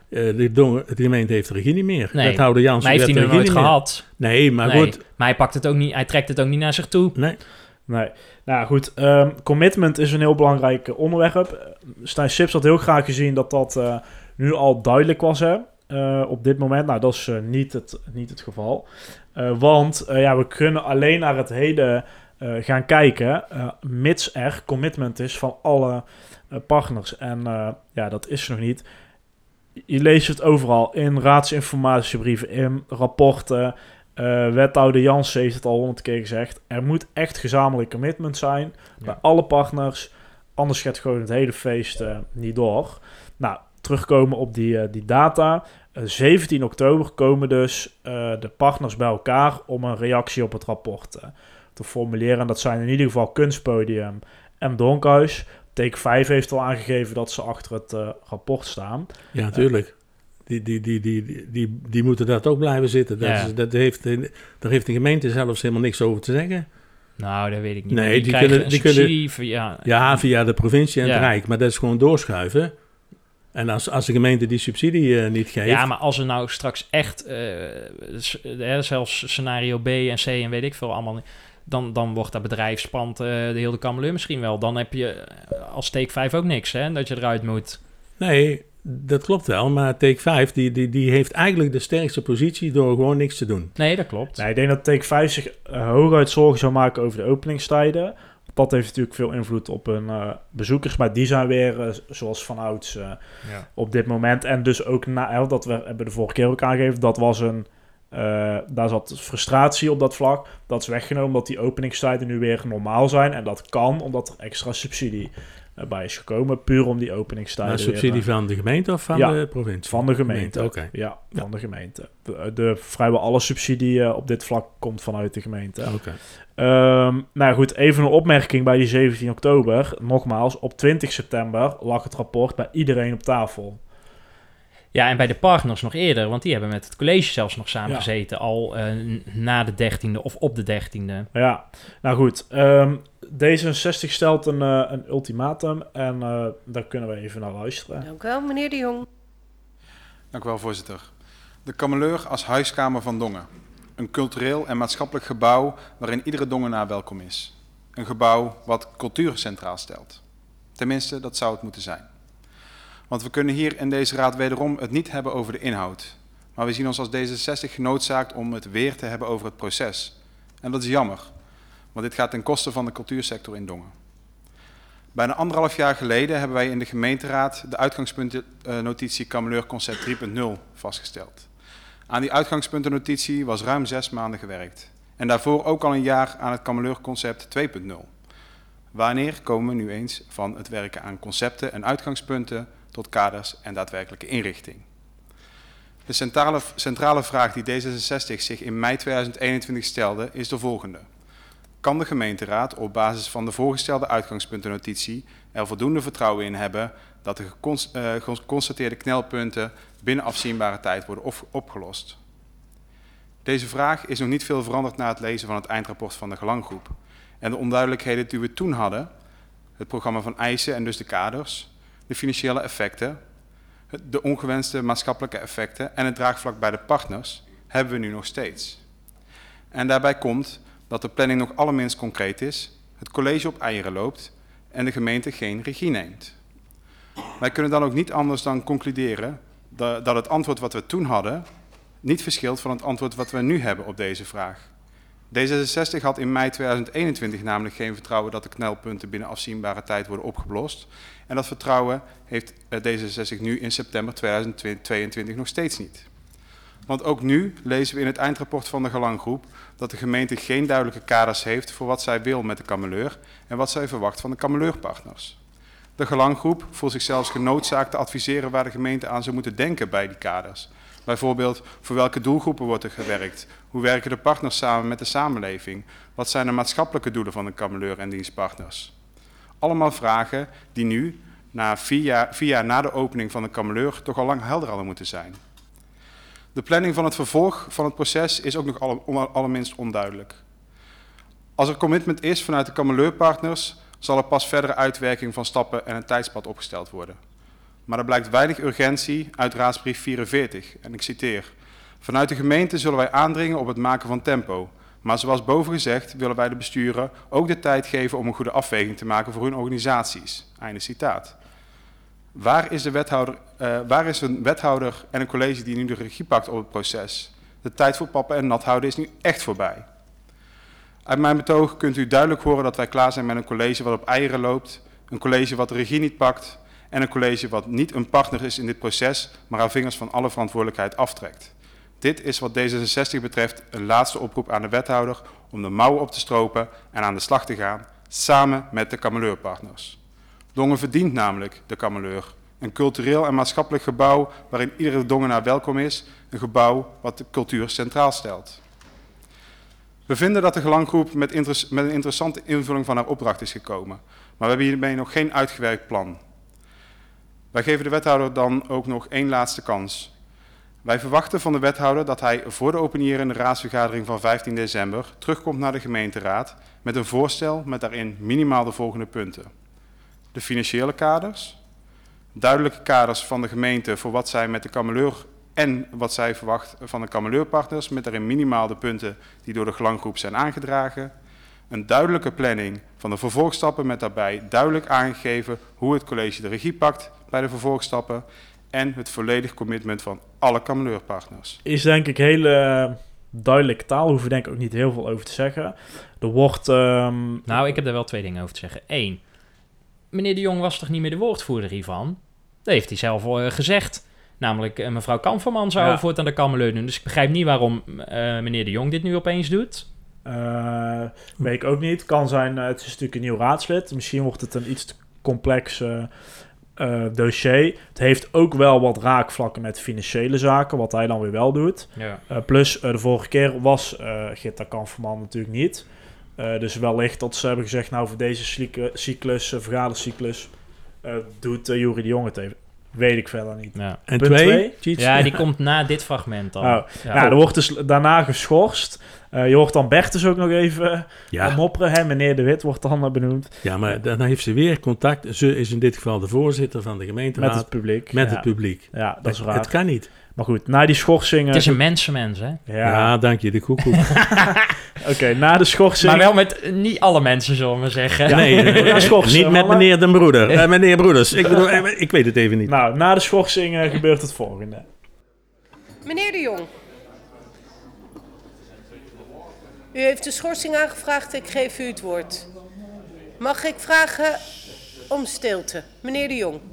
De gemeente heeft de regie niet meer. Nee, Wethouder Jansen maar heeft hij heeft nu de nooit regie niet gehad. meer. Nee, maar Nee, goed. maar hij pakt het ook niet, hij trekt het ook niet naar zich toe. Nee. nee. Nou goed, commitment is een heel belangrijk onderwerp. Stijn Sips had heel graag gezien dat dat nu al duidelijk was op dit moment. Nou, dat is niet het geval. Want we kunnen alleen naar het heden gaan kijken, mits er commitment is van alle partners. En dat is er nog niet. Je leest het overal, in raadsinformatiebrieven, in rapporten. Wethouder Jansen heeft het al 100 keer gezegd. Er moet echt gezamenlijk commitment zijn bij alle partners. Anders gaat gewoon het hele feest niet door. Nou, terugkomen op die data. 17 oktober komen dus de partners bij elkaar om een reactie op het rapport te formuleren. En dat zijn in ieder geval Kunstpodium en Donkhuis. Take 5 heeft al aangegeven dat ze achter het rapport staan. Ja, natuurlijk. Die moeten dat ook blijven zitten. Daar heeft de gemeente zelfs helemaal niks over te zeggen. Nou, dat weet ik niet. Nee, die krijgen kunnen- een die kunnen- subsidie via... Ja, via de provincie en Ja. het Rijk. Maar dat is gewoon doorschuiven. En als de gemeente die subsidie niet geeft... Ja, maar als er nou straks echt, zelfs scenario B en C en weet ik veel allemaal, dan wordt dat bedrijfspand de hele kameleur misschien wel. Dan heb je als Take 5 ook niks, hè, dat je eruit moet. Nee, dat klopt wel. Maar Take 5 die heeft eigenlijk de sterkste positie door gewoon niks te doen. Nee, dat klopt. Nee, ik denk dat Take 5 zich hooguit zorgen zou maken over de openingstijden. Dat heeft natuurlijk veel invloed op hun bezoekers. Maar die zijn weer, zoals vanouds, op dit moment. En dus ook, dat we hebben de vorige keer ook aangegeven, dat was daar zat frustratie op dat vlak. Dat is weggenomen omdat die openingstijden nu weer normaal zijn. En dat kan omdat er extra subsidie bij is gekomen. Puur om die openingstijden. Maar subsidie van de gemeente of van de provincie? Van de gemeente. Oké. Ja, van de gemeente. Vrijwel alle subsidie op dit vlak komt vanuit de gemeente. Oké. Nou goed, even een opmerking bij die 17 oktober. Nogmaals, op 20 september lag het rapport bij iedereen op tafel. Ja, en bij de partners nog eerder, want die hebben met het college zelfs nog samengezeten, al na de 13e of op de 13e. Ja, nou goed. D66 stelt een ultimatum en daar kunnen we even naar luisteren. Dank u wel, meneer De Jong. Dank u wel, voorzitter. De Kameleur als huiskamer van Dongen. Een cultureel en maatschappelijk gebouw waarin iedere Dongenaar welkom is. Een gebouw wat cultuur centraal stelt. Tenminste, dat zou het moeten zijn. Want we kunnen hier in deze raad wederom het niet hebben over de inhoud. Maar we zien ons als D66 genoodzaakt om het weer te hebben over het proces. En dat is jammer, want dit gaat ten koste van de cultuursector in Dongen. Bijna 1,5 jaar geleden hebben wij in de gemeenteraad de uitgangspuntennotitie Kameleur Concept 3.0 vastgesteld. Aan die uitgangspuntennotitie was ruim 6 maanden gewerkt. En daarvoor ook al een jaar aan het Kameleur Concept 2.0. Wanneer komen we nu eens van het werken aan concepten en uitgangspunten tot kaders en daadwerkelijke inrichting? De centrale vraag die D66 zich in mei 2021 stelde is de volgende. Kan de gemeenteraad op basis van de voorgestelde uitgangspuntennotitie er voldoende vertrouwen in hebben dat de geconstateerde knelpunten binnen afzienbare tijd worden opgelost? Deze vraag is nog niet veel veranderd na het lezen van het eindrapport van de Gelanggroep. En de onduidelijkheden die we toen hadden, het programma van eisen en dus de kaders, de financiële effecten, de ongewenste maatschappelijke effecten en het draagvlak bij de partners, hebben we nu nog steeds. En daarbij komt dat de planning nog allerminst concreet is, het college op eieren loopt en de gemeente geen regie neemt. Wij kunnen dan ook niet anders dan concluderen dat het antwoord wat we toen hadden niet verschilt van het antwoord wat we nu hebben op deze vraag. D66 had in mei 2021 namelijk geen vertrouwen dat de knelpunten binnen afzienbare tijd worden opgelost. En dat vertrouwen heeft D66 nu in september 2022 nog steeds niet. Want ook nu lezen we in het eindrapport van de Gelanggroep dat de gemeente geen duidelijke kaders heeft voor wat zij wil met de kameleur en wat zij verwacht van de kameleurpartners. De Gelanggroep voelt zich zelfs genoodzaakt te adviseren waar de gemeente aan zou moeten denken bij die kaders. Bijvoorbeeld, voor welke doelgroepen wordt er gewerkt? Hoe werken de partners samen met de samenleving? Wat zijn de maatschappelijke doelen van de kameleur en dienstpartners? Allemaal vragen die nu, na 4 jaar na de opening van de kameleur, toch al lang helder hadden moeten zijn. De planning van het vervolg van het proces is ook nog allerminst onduidelijk. Als er commitment is vanuit de kameleurpartners, zal er pas verdere uitwerking van stappen en een tijdspad opgesteld worden. Maar er blijkt weinig urgentie uit raadsbrief 44, en ik citeer: vanuit de gemeente zullen wij aandringen op het maken van tempo. Maar zoals boven gezegd willen wij de besturen ook de tijd geven om een goede afweging te maken voor hun organisaties. Einde citaat. Waar is een wethouder en een college die nu de regie pakt op het proces? De tijd voor pappen en nat houden is nu echt voorbij. Uit mijn betoog kunt u duidelijk horen dat wij klaar zijn met een college wat op eieren loopt, een college wat de regie niet pakt en een college wat niet een partner is in dit proces, maar haar vingers van alle verantwoordelijkheid aftrekt. Dit is wat D66 betreft een laatste oproep aan de wethouder om de mouwen op te stropen en aan de slag te gaan, samen met de kameleurpartners. Dongen verdient namelijk de kameleur. Een cultureel en maatschappelijk gebouw waarin iedere Dongenaar welkom is, een gebouw wat de cultuur centraal stelt. We vinden dat de Gelanggroep met een interessante invulling van haar opdracht is gekomen, maar we hebben hiermee nog geen uitgewerkt plan. Wij geven de wethouder dan ook nog één laatste kans. Wij verwachten van de wethouder dat hij voor de openierende raadsvergadering van 15 december terugkomt naar de gemeenteraad met een voorstel met daarin minimaal de volgende punten. De financiële kaders, duidelijke kaders van de gemeente voor wat zij met de kameleur en wat zij verwacht van de kameleurpartners, met daarin minimaal de punten die door de Gelanggroep zijn aangedragen. Een duidelijke planning van de vervolgstappen met daarbij duidelijk aangegeven hoe het college de regie pakt bij de vervolgstappen en het volledig commitment van alle kameleurpartners. Is denk ik hele duidelijke taal, hoeven denk ik ook niet heel veel over te zeggen. Er wordt... Nou, ik heb daar wel 2 dingen over te zeggen. 1, meneer de Jong was toch niet meer de woordvoerder hiervan? Dat heeft hij zelf gezegd. Namelijk, mevrouw Kamferman zou voortaan de kameleur doen. Dus ik begrijp niet waarom meneer de Jong dit nu opeens doet. Weet ik ook niet. Kan zijn, het is natuurlijk een nieuw raadslid. Misschien wordt het een iets te complex dossier. Het heeft ook wel wat raakvlakken met financiële zaken, wat hij dan weer wel doet. Ja. Plus, de vorige keer was Gitta Kamferman natuurlijk niet. Dus wellicht dat ze hebben gezegd, nou voor deze vergadercyclus doet Jury de Jong het even. Weet ik verder niet. Ja. En Punt 2? Ja, die komt na dit fragment al. Oh. Ja, er wordt dus daarna geschorst. Je hoort dan Bertus ook nog even mopperen. Hè? Meneer De Wit wordt dan benoemd. Ja, maar dan heeft ze weer contact. Ze is in dit geval de voorzitter van de gemeenteraad. Met het publiek. Met het publiek. Ja, dat is raar. Het kan niet. Maar goed, na die schorsing... Het is een mensenmens, hè? Ja, dank je, de koekoek. Oké, na de schorsing... Maar wel met niet alle mensen, zullen we zeggen. Ja, nee, niet met meneer Den Broeder. Meneer Broeders, ik bedoel, ik weet het even niet. Nou, na de schorsing gebeurt het volgende. Meneer de Jong. U heeft de schorsing aangevraagd, ik geef u het woord. Mag ik vragen om stilte? Meneer de Jong.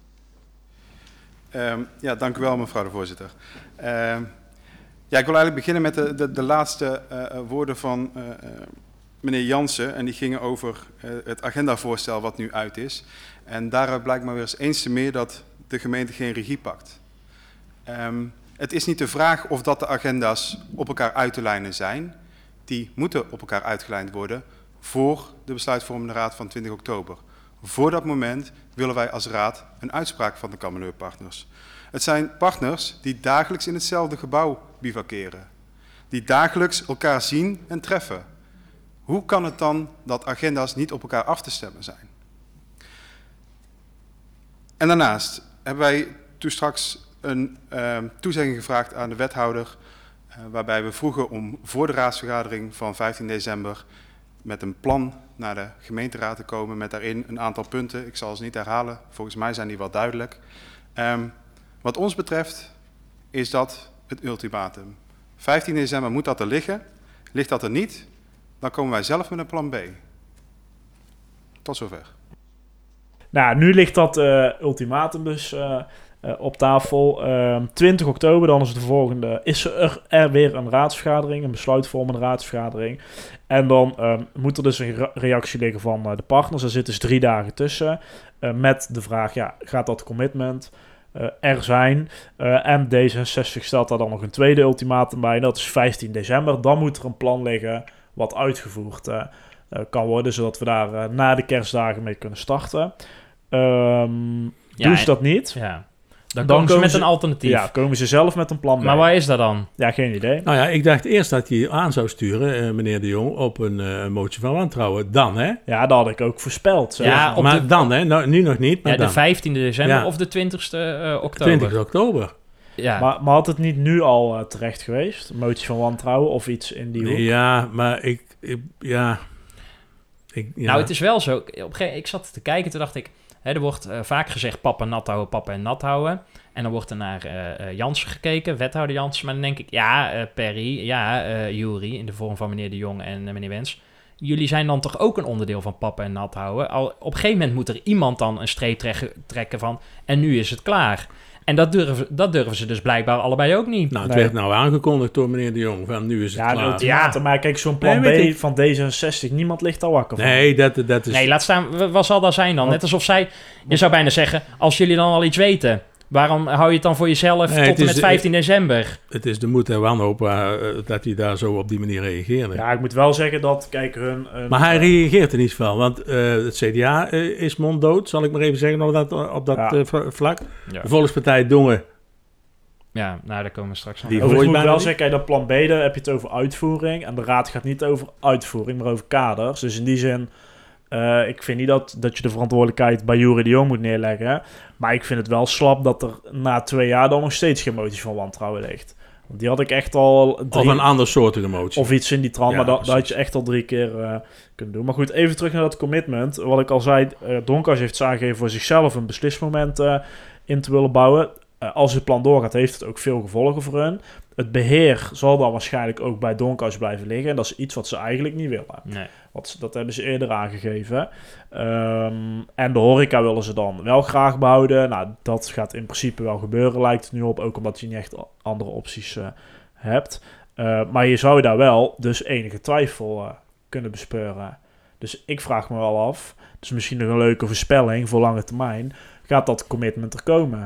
Ja, dank u wel, mevrouw de voorzitter. Ja, ik wil eigenlijk beginnen met de laatste woorden van meneer Jansen. En die gingen over het agendavoorstel wat nu uit is. En daaruit blijkt maar weer eens te meer dat de gemeente geen regie pakt. Het is niet de vraag of dat de agenda's op elkaar uit te lijnen zijn. Die moeten op elkaar uitgelijnd worden voor de besluitvormende raad van 20 oktober. Voor dat moment willen wij als raad een uitspraak van de kameleurpartners. Het zijn partners die dagelijks in hetzelfde gebouw bivakeren. die dagelijks elkaar zien en treffen. Hoe kan het dan dat agenda's niet op elkaar af te stemmen zijn? En daarnaast hebben wij toen straks een toezegging gevraagd aan de wethouder, waarbij we vroegen om voor de raadsvergadering van 15 december met een plan naar de gemeenteraad te komen met daarin een aantal punten. Ik zal ze niet herhalen, volgens mij zijn die wel duidelijk. Wat ons betreft is dat het ultimatum. 15 december moet dat er liggen. Ligt dat er niet, dan komen wij zelf met een plan B. Tot zover. Nou, nu ligt dat ultimatum dus op tafel. 20 oktober, dan is het de volgende. Is er weer een raadsvergadering, een besluitvormende raadsvergadering. En dan moet er dus een reactie liggen van de partners. Er zitten dus 3 dagen tussen. Met de vraag, ja, gaat dat commitment er zijn? En D66 stelt daar dan nog een tweede ultimatum bij. Dat is 15 december. Dan moet er een plan liggen wat uitgevoerd kan worden. Zodat we daar na de kerstdagen mee kunnen starten. Doen ze dat niet? Ja. Dan komen ze met een alternatief. Ja, komen ze zelf met een plan bij. Maar waar is dat dan? Ja, geen idee. Nou ja, ik dacht eerst dat hij aan zou sturen, meneer De Jong, op een motie van wantrouwen. Dan, hè? Ja, dat had ik ook voorspeld. Ja, maar dan, hè? Nou, nu nog niet, maar ja, dan. De 15e december of de 20e oktober? 20 oktober. Ja. Maar had het niet nu al terecht geweest? Een motie van wantrouwen of iets in die hoek? Ja, maar Nou, het is wel zo. Ik zat te kijken, toen dacht ik, er wordt vaak gezegd papa en nat houden. En dan wordt er naar Jansen gekeken, wethouder Jansen. Maar dan denk ik, Perry, Jury, in de vorm van meneer De Jong en meneer Wens. Jullie zijn dan toch ook een onderdeel van papa en nat houden? Op een gegeven moment moet er iemand dan een streep trekken van, en nu is het klaar. En dat durven ze dus blijkbaar allebei ook niet. Nou, het werd nou aangekondigd door meneer De Jong, van nu is het klaar. Ja, maar kijk, zo'n plan B van D66, niemand ligt daar wakker van. Nee, dat is... Nee, laat staan, wat zal dat zijn dan? Net alsof je zou bijna zeggen, als jullie dan al iets weten, waarom hou je het dan voor jezelf tot en met 15 december? Het is de moed en wanhoop dat hij daar zo op die manier reageerde. Ja, ik moet wel zeggen dat, kijk, maar hij reageert er niet van, want het CDA is monddood, zal ik maar even zeggen op dat vlak. Ja. De Volkspartij Dongen. Ja, nou, daar komen we straks aan. Ik moet wel zeggen, kijk, dat plan B, daar heb je het over uitvoering. En de raad gaat niet over uitvoering, maar over kaders. Dus in die zin, ik vind niet dat je de verantwoordelijkheid bij Jury De Jong moet neerleggen. Maar ik vind het wel slap dat er na 2 jaar dan nog steeds geen motie van wantrouwen ligt. Want die had ik echt al... Of een ander soortige motie. Of iets in die trant, maar dat had je echt al 3 keer kunnen doen. Maar goed, even terug naar dat commitment. Wat ik al zei, Donkhuis heeft aangegeven voor zichzelf een beslismoment in te willen bouwen. Als het plan doorgaat, heeft het ook veel gevolgen voor hun. Het beheer zal dan waarschijnlijk ook bij Donkhuis blijven liggen. En dat is iets wat ze eigenlijk niet willen. Nee. Dat hebben ze eerder aangegeven. En de horeca willen ze dan wel graag behouden. Nou, dat gaat in principe wel gebeuren, lijkt het nu op. Ook omdat je niet echt andere opties hebt. Maar je zou daar wel dus enige twijfel kunnen bespeuren. Dus ik vraag me wel af. Dus misschien nog een leuke voorspelling voor lange termijn. Gaat dat commitment er komen?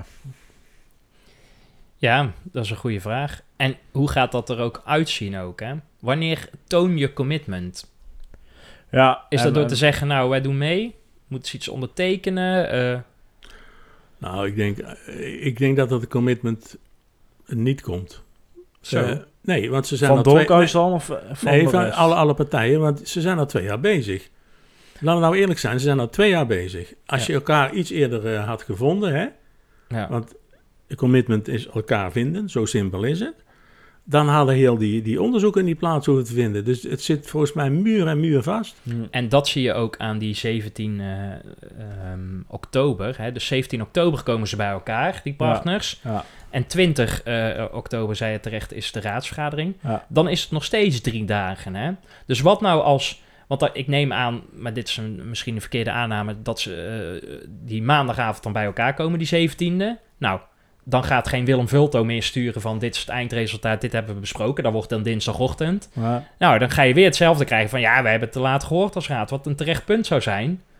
Ja, dat is een goede vraag. En hoe gaat dat er ook uitzien ook, hè? Wanneer toon je commitment? Ja, is dat door te zeggen, nou, wij doen mee? Moeten ze iets ondertekenen? Nou, ik denk dat het commitment niet komt. Zo? Nee, want ze zijn van al Donkhuis dan? Of van alle partijen, want ze zijn al 2 jaar bezig. Laten we nou eerlijk zijn, ze zijn al 2 jaar bezig. Als je elkaar iets eerder had gevonden, hè? Ja. Want een commitment is elkaar vinden, zo simpel is het. Dan hadden heel die onderzoeken niet plaats hoeven te vinden. Dus het zit volgens mij muur en muur vast. En dat zie je ook aan die 17 oktober. Hè? Dus 17 oktober komen ze bij elkaar, die partners. Ja. En 20 oktober, zei je terecht, is de raadsvergadering. Ja. Dan is het nog steeds 3 dagen. Hè? Dus wat nou als... Want ik neem aan, maar dit is misschien een verkeerde aanname, dat ze die maandagavond dan bij elkaar komen, die 17e. Nou, dan gaat geen Willem Vulto meer sturen van dit is het eindresultaat, dit hebben we besproken. Dat wordt dan dinsdagochtend. Ja. Nou, dan ga je weer hetzelfde krijgen van ja, we hebben het te laat gehoord als raad, wat een terecht punt zou zijn.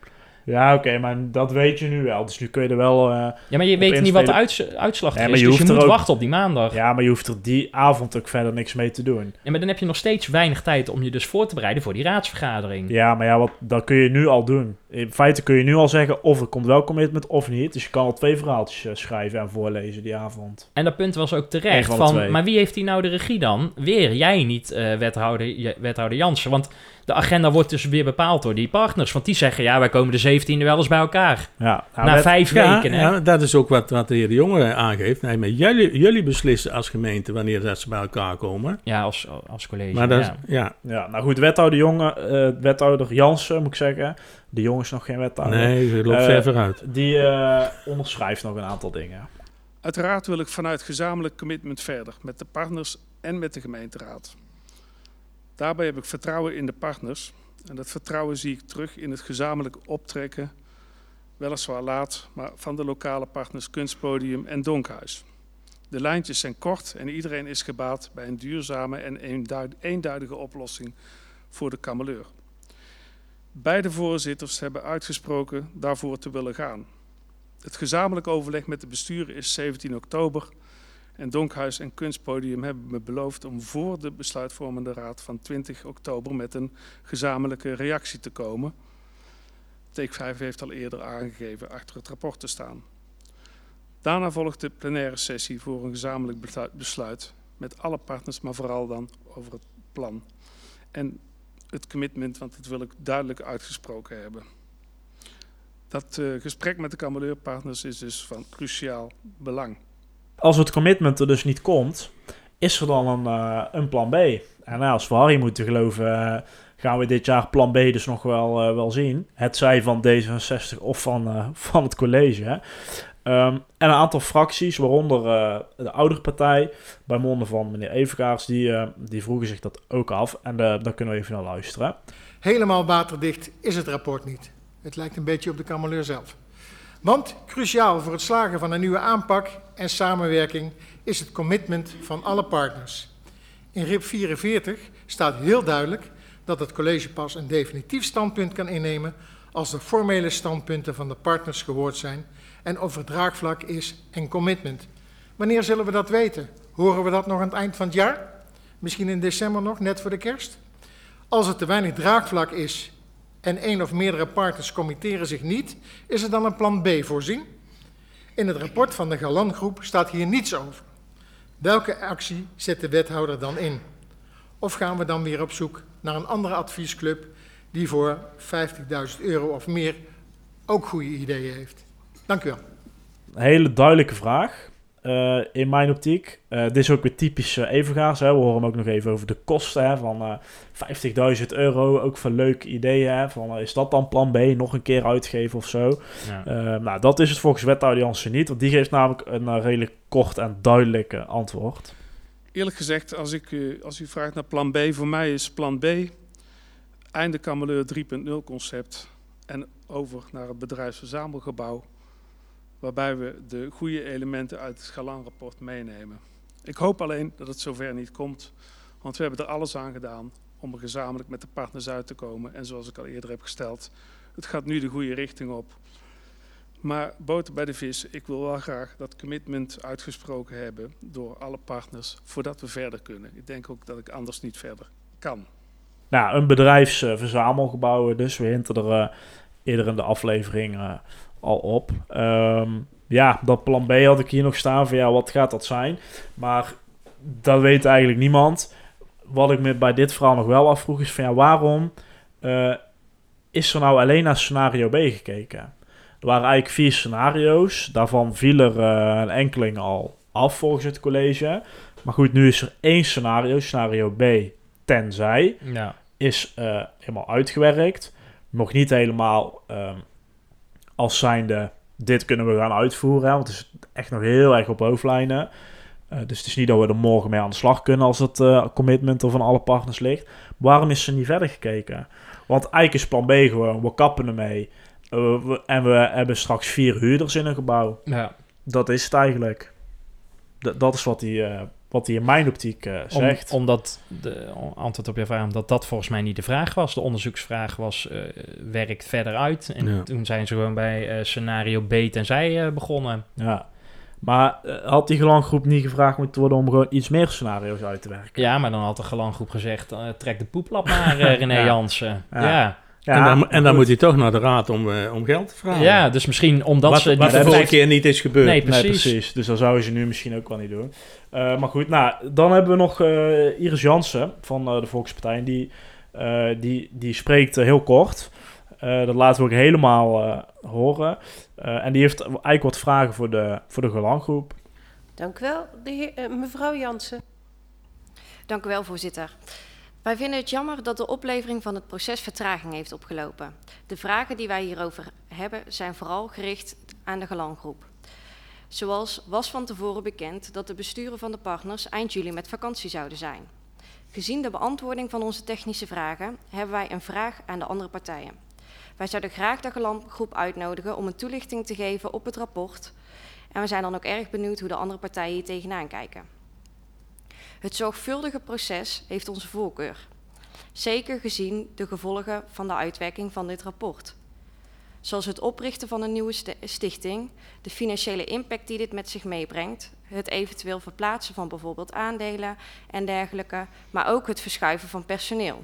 Ja, oké, maar dat weet je nu wel. Dus nu kun je er wel... Ja, maar je weet niet wat de uitslag is. Maar je moet wachten op die maandag. Ja, maar je hoeft er die avond ook verder niks mee te doen. Ja, maar dan heb je nog steeds weinig tijd om je dus voor te bereiden voor die raadsvergadering. Ja, maar ja, dat kun je nu al doen. In feite kun je nu al zeggen of er komt wel commitment of niet. Dus je kan al 2 verhaaltjes schrijven en voorlezen die avond. En dat punt was ook terecht. Maar wie heeft hier nou de regie dan? Weer jij niet, wethouder Jansen. Want de agenda wordt dus weer bepaald door die partners. Want die zeggen, ja, wij komen de 17e wel eens bij elkaar. Ja, na 5 weken. Hè? Ja, dat is ook wat de heer De Jonge aangeeft. Nee, maar jullie beslissen als gemeente wanneer dat ze bij elkaar komen. Ja, als college. Maar dat ja, nou goed, wethouder Jansen, moet ik zeggen. De Jonge is nog geen wethouder. Nee, dat loopt ver vooruit. Die onderschrijft nog een aantal dingen. Uiteraard wil ik vanuit gezamenlijk commitment verder met de partners en met de gemeenteraad. Daarbij heb ik vertrouwen in de partners en dat vertrouwen zie ik terug in het gezamenlijk optrekken, weliswaar laat, maar van de lokale partners Kunstpodium en Donkhuis. De lijntjes zijn kort en iedereen is gebaat bij een duurzame en eenduidige oplossing voor de kameleur. Beide voorzitters hebben uitgesproken daarvoor te willen gaan. Het gezamenlijk overleg met de besturen is 17 oktober en Donkhuis en Kunstpodium hebben me beloofd om voor de besluitvormende raad van 20 oktober met een gezamenlijke reactie te komen. Take 5 heeft al eerder aangegeven achter het rapport te staan. Daarna volgt de plenaire sessie voor een gezamenlijk besluit met alle partners, maar vooral dan over het plan. En het commitment, want dat wil ik duidelijk uitgesproken hebben. Dat gesprek met de kameleurpartners is dus van cruciaal belang. Als het commitment er dus niet komt, is er dan een plan B. En als we Harry moeten geloven, gaan we dit jaar plan B dus nog wel zien. Het zij van D66 of van het college. Hè. En een aantal fracties, waaronder de oudere partij, bij monden van meneer Evengaars, die vroegen zich dat ook af. En daar kunnen we even naar luisteren. Helemaal waterdicht is het rapport niet. Het lijkt een beetje op de kameleur zelf. Want cruciaal voor het slagen van een nieuwe aanpak en samenwerking is het commitment van alle partners. In RIP 44 staat heel duidelijk dat het college pas een definitief standpunt kan innemen als de formele standpunten van de partners gehoord zijn en of er draagvlak is en commitment. Wanneer zullen we dat weten? Horen we dat nog aan het eind van het jaar? Misschien in december nog, net voor de kerst? Als er te weinig draagvlak is en één of meerdere partners committeren zich niet, is er dan een plan B voorzien? In het rapport van de Galangroep staat hier niets over. Welke actie zet de wethouder dan in? Of gaan we dan weer op zoek naar een andere adviesclub die voor €50.000 of meer ook goede ideeën heeft? Dank u wel. Een hele duidelijke vraag in mijn optiek. Dit is ook weer typisch Evengaars. Hè. We horen hem ook nog even over de kosten hè, van €50.000. Ook van leuke ideeën. Hè, van, is dat dan plan B? Nog een keer uitgeven of zo? Ja. Nou, dat is het volgens wethouder Jansen niet. Want die geeft namelijk een redelijk kort en duidelijk antwoord. Eerlijk gezegd, als u vraagt naar plan B, voor mij is plan B einde kameleur 3.0 concept en over naar het bedrijfsverzamelgebouw, waarbij we de goede elementen uit het Galan-rapport meenemen. Ik hoop alleen dat het zover niet komt, want we hebben er alles aan gedaan om er gezamenlijk met de partners uit te komen. En zoals ik al eerder heb gesteld, het gaat nu de goede richting op. Maar boter bij de vis, ik wil wel graag dat commitment uitgesproken hebben door alle partners voordat we verder kunnen. Ik denk ook dat ik anders niet verder kan. Nou, een bedrijfsverzamelgebouw, dus we hinten er eerder in de aflevering al op. Ja, dat plan B had ik hier nog staan van ja, wat gaat dat zijn? Maar dat weet eigenlijk niemand. Wat ik me bij dit verhaal nog wel afvroeg is van ja, waarom is er nou alleen naar scenario B gekeken? Er waren eigenlijk 4 scenario's. Daarvan viel er een enkeling al af volgens het college. Maar goed, nu is er 1 scenario, scenario B, tenzij. Ja. Is helemaal uitgewerkt. Nog niet helemaal als zijnde, dit kunnen we gaan uitvoeren. Hè, want het is echt nog heel erg op hoofdlijnen. Dus het is niet dat we er morgen mee aan de slag kunnen als het commitment er van alle partners ligt. Waarom is er niet verder gekeken? Want eigenlijk is plan B gewoon, we kappen ermee. En we hebben straks 4 huurders in een gebouw. Ja. Dat is het eigenlijk. Dat is wat wat hij in mijn optiek zegt. Omdat, antwoord op je vraag, omdat dat volgens mij niet de vraag was. De onderzoeksvraag was, werkt verder uit. En toen zijn ze gewoon bij scenario B tenzij begonnen. Ja, maar had die gelanggroep niet gevraagd moeten worden om gewoon iets meer scenario's uit te werken? Ja, maar dan had de gelanggroep gezegd, trek de poeplap naar René Jansen. Ja. En dan moet hij toch naar de raad om geld te vragen. Ja, dus misschien omdat ze... Wat de vorige keer niet is gebeurd. Nee, precies. Dus dat zou je nu misschien ook wel niet doen. Maar goed, dan hebben we nog Iris Jansen van de Volkspartij. Die spreekt heel kort. Dat laten we ook helemaal horen. En die heeft eigenlijk wat vragen voor de gelanggroep. Dank u wel, mevrouw Jansen. Dank u wel, voorzitter. Wij vinden het jammer dat de oplevering van het proces vertraging heeft opgelopen. De vragen die wij hierover hebben zijn vooral gericht aan de gelanggroep. Zoals was van tevoren bekend dat de besturen van de partners eind juli met vakantie zouden zijn. Gezien de beantwoording van onze technische vragen hebben wij een vraag aan de andere partijen. Wij zouden graag de gelanggroep uitnodigen om een toelichting te geven op het rapport. En we zijn dan ook erg benieuwd hoe de andere partijen hier tegenaan kijken. Het zorgvuldige proces heeft onze voorkeur. Zeker gezien de gevolgen van de uitwerking van dit rapport. Zoals het oprichten van een nieuwe stichting, de financiële impact die dit met zich meebrengt, het eventueel verplaatsen van bijvoorbeeld aandelen en dergelijke, maar ook het verschuiven van personeel.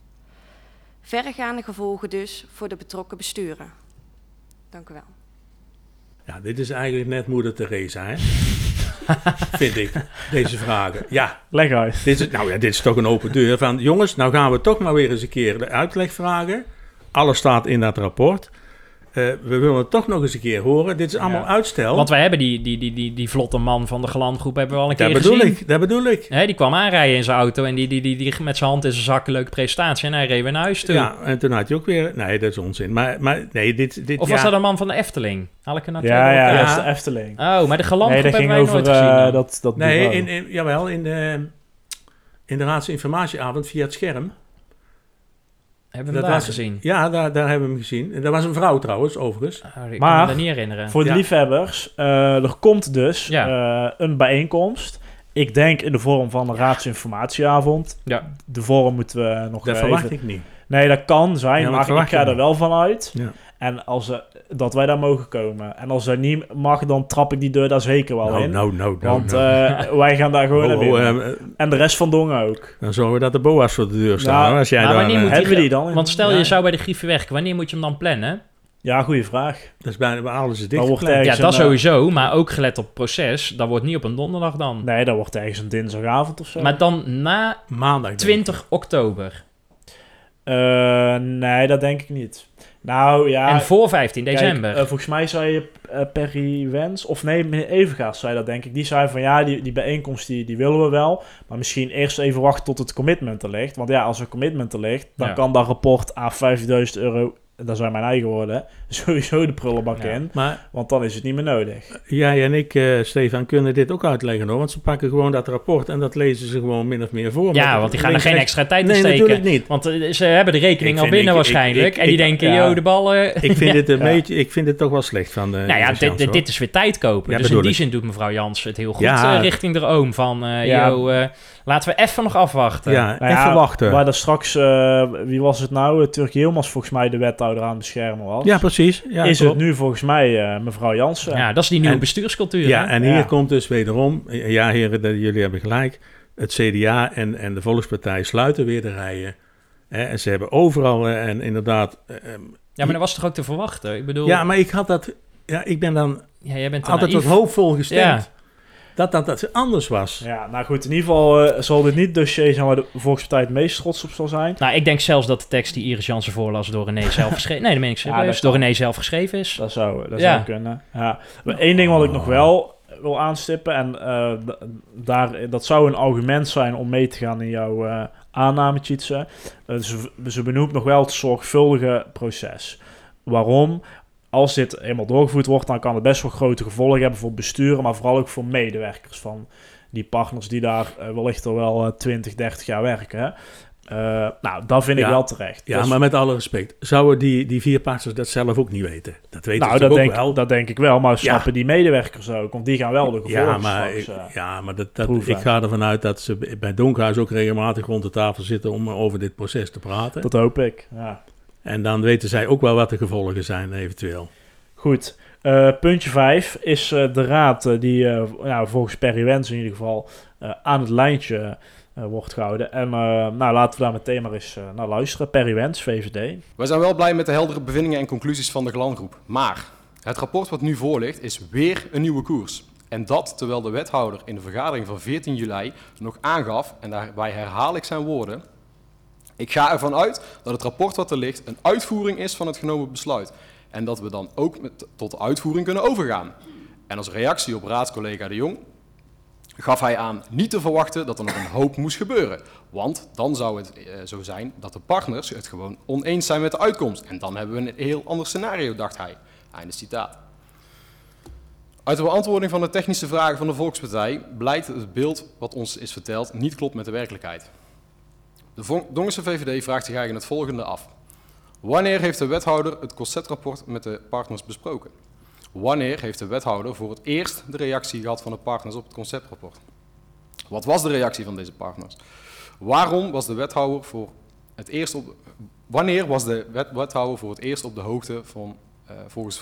Verregaande gevolgen dus voor de betrokken besturen. Dank u wel. Ja, dit is eigenlijk net moeder Teresa, hè? Vind ik, deze vragen. Ja, leg uit. Dit is toch een open deur van, jongens, nou gaan we toch maar weer eens een keer de uitleg vragen. Alles staat in dat rapport. We willen het toch nog eens een keer horen. Dit is allemaal uitstel. Want wij hebben die vlotte man van de gelanggroep hebben we al een keer gezien. Dat bedoel ik. Die kwam aanrijden in zijn auto en die met zijn hand in zijn zak een leuke presentatie en hij reed weer naar huis toe. Ja, en toen had je ook weer... Nee, dat is onzin. Maar nee, dit of was dat een man van de Efteling? Ja, dat is de Efteling. Oh, maar de gelanggroep hebben wij nooit gezien. Dat jawel, in de raadsinformatieavond via het scherm. Hebben we hem daar gezien? Ja, daar hebben we hem gezien. En dat was een vrouw trouwens, overigens. Ik kan me dat niet herinneren. Voor de liefhebbers, er komt dus een bijeenkomst. Ik denk in de vorm van een raadsinformatieavond. Ja. De vorm moeten we nog dat verwacht ik niet. Nee, dat kan zijn, maar ik ga er wel van uit. Ja. En dat wij daar mogen komen. En als dat niet mag, dan trap ik die deur daar zeker wel in. Want wij gaan daar gewoon naar binnen. En de rest van Dongen ook. Dan zorgen we dat de boa's voor de deur staan. Als jij hebben we die dan? Want stel je zou bij de Griffie werken, wanneer moet je hem dan plannen? Ja, goeie vraag. Dat is bijna bij alles dicht. Ja, dat sowieso. Maar ook gelet op het proces, dat wordt niet op een donderdag dan. Nee, dat wordt ergens een dinsdagavond of zo. Maar dan na maandag 20 oktober. Nee, dat denk ik niet. Nou ja. En voor 15 december. Volgens mij zei je Perry Wens, of nee, meneer Evengaas zei dat denk ik. Die zei van ja, die bijeenkomst die willen we wel. Maar misschien eerst even wachten tot het commitment er ligt. Want ja, als er commitment er ligt, dan kan dat rapport à €5.000... Dat zijn mijn eigen woorden. Sowieso de prullenbak in. Want dan is het niet meer nodig. Jij en ik, Stefan, kunnen dit ook uitleggen hoor. Want ze pakken gewoon dat rapport en dat lezen ze gewoon min of meer voor. Ja, want die gaan er geen extra tijd in steken. Nee, natuurlijk niet. Want ze hebben de rekening al binnen waarschijnlijk. En die denken, de ballen... Ik vind het een beetje, ik vind het toch wel slecht van de... Nou ja, dit is weer tijd kopen. Dus in die zin doet mevrouw Jansen het heel goed richting de oom. Van, laten we even nog afwachten. Ja, even wachten. Waar er straks, wie was het nou? Turk Yilmaz volgens mij de wethouder aan het beschermen was. Ja, precies. Ja, is het nu volgens mij mevrouw Jansen. Ja, dat is die nieuwe bestuurscultuur. Ja, en hier komt dus wederom, ja heren, jullie hebben gelijk, het CDA en de Volkspartij sluiten weer de rijen. En ze hebben overal en inderdaad... ja, maar dat was toch ook te verwachten? Ik bedoel... Ja, maar ik had dat... Ja, ik ben dan jij bent altijd wat hoopvol gestemd. Ja. Dat anders was. Ja, nou goed, in ieder geval zal dit niet het dossier zijn waar de Volkspartij het meest trots op zal zijn. Nou, ik denk zelfs dat de tekst die Iris Jansen voorlas door René zelf geschreven... Nee, dat meen ik serieus. Door René zelf geschreven is. Dat zou kunnen. Ja. Maar één ding wat ik nog wel wil aanstippen, en dat zou een argument zijn om mee te gaan in jouw aanname-tjitsen. Ze benoemt nog wel het zorgvuldige proces. Waarom? Als dit eenmaal doorgevoerd wordt, dan kan het best wel grote gevolgen hebben voor besturen, maar vooral ook voor medewerkers van die partners die daar wellicht al wel 20, 30 jaar werken. Dat vind ik wel terecht. Ja, Dus, maar met alle respect. Zouden die 4 partners dat zelf ook niet weten? Dat weten ze ook wel. Dat denk ik wel, maar snappen die medewerkers ook? Want die gaan wel de gevolgen maar ik ga ervan uit dat ze bij Donkhuis ook regelmatig rond de tafel zitten om over dit proces te praten. Dat hoop ik, ja. En dan weten zij ook wel wat de gevolgen zijn eventueel. Goed. Puntje 5 is de raad die volgens Perry Wens in ieder geval aan het lijntje wordt gehouden. En laten we daar meteen maar eens naar luisteren. Perry Wens, VVD. Wij zijn wel blij met de heldere bevindingen en conclusies van de Gelandgroep. Maar het rapport wat nu voor ligt is weer een nieuwe koers. En dat terwijl de wethouder in de vergadering van 14 juli nog aangaf, en daarbij herhaal ik zijn woorden: ik ga ervan uit dat het rapport wat er ligt een uitvoering is van het genomen besluit. En dat we dan ook tot de uitvoering kunnen overgaan. En als reactie op raadscollega De Jong gaf hij aan niet te verwachten dat er nog een hoop moest gebeuren. Want dan zou het zo zijn dat de partners het gewoon oneens zijn met de uitkomst. En dan hebben we een heel ander scenario, dacht hij. Einde citaat. Uit de beantwoording van de technische vragen van de Volkspartij blijkt dat het beeld wat ons is verteld niet klopt met de werkelijkheid. De Dongense VVD vraagt zich eigenlijk het volgende af. Wanneer heeft de wethouder het conceptrapport met de partners besproken? Wanneer heeft de wethouder voor het eerst de reactie gehad van de partners op het conceptrapport? Wat was de reactie van deze partners? Waarom was de wethouder voor het eerst wanneer was de wethouder voor het eerst op de hoogte van volgens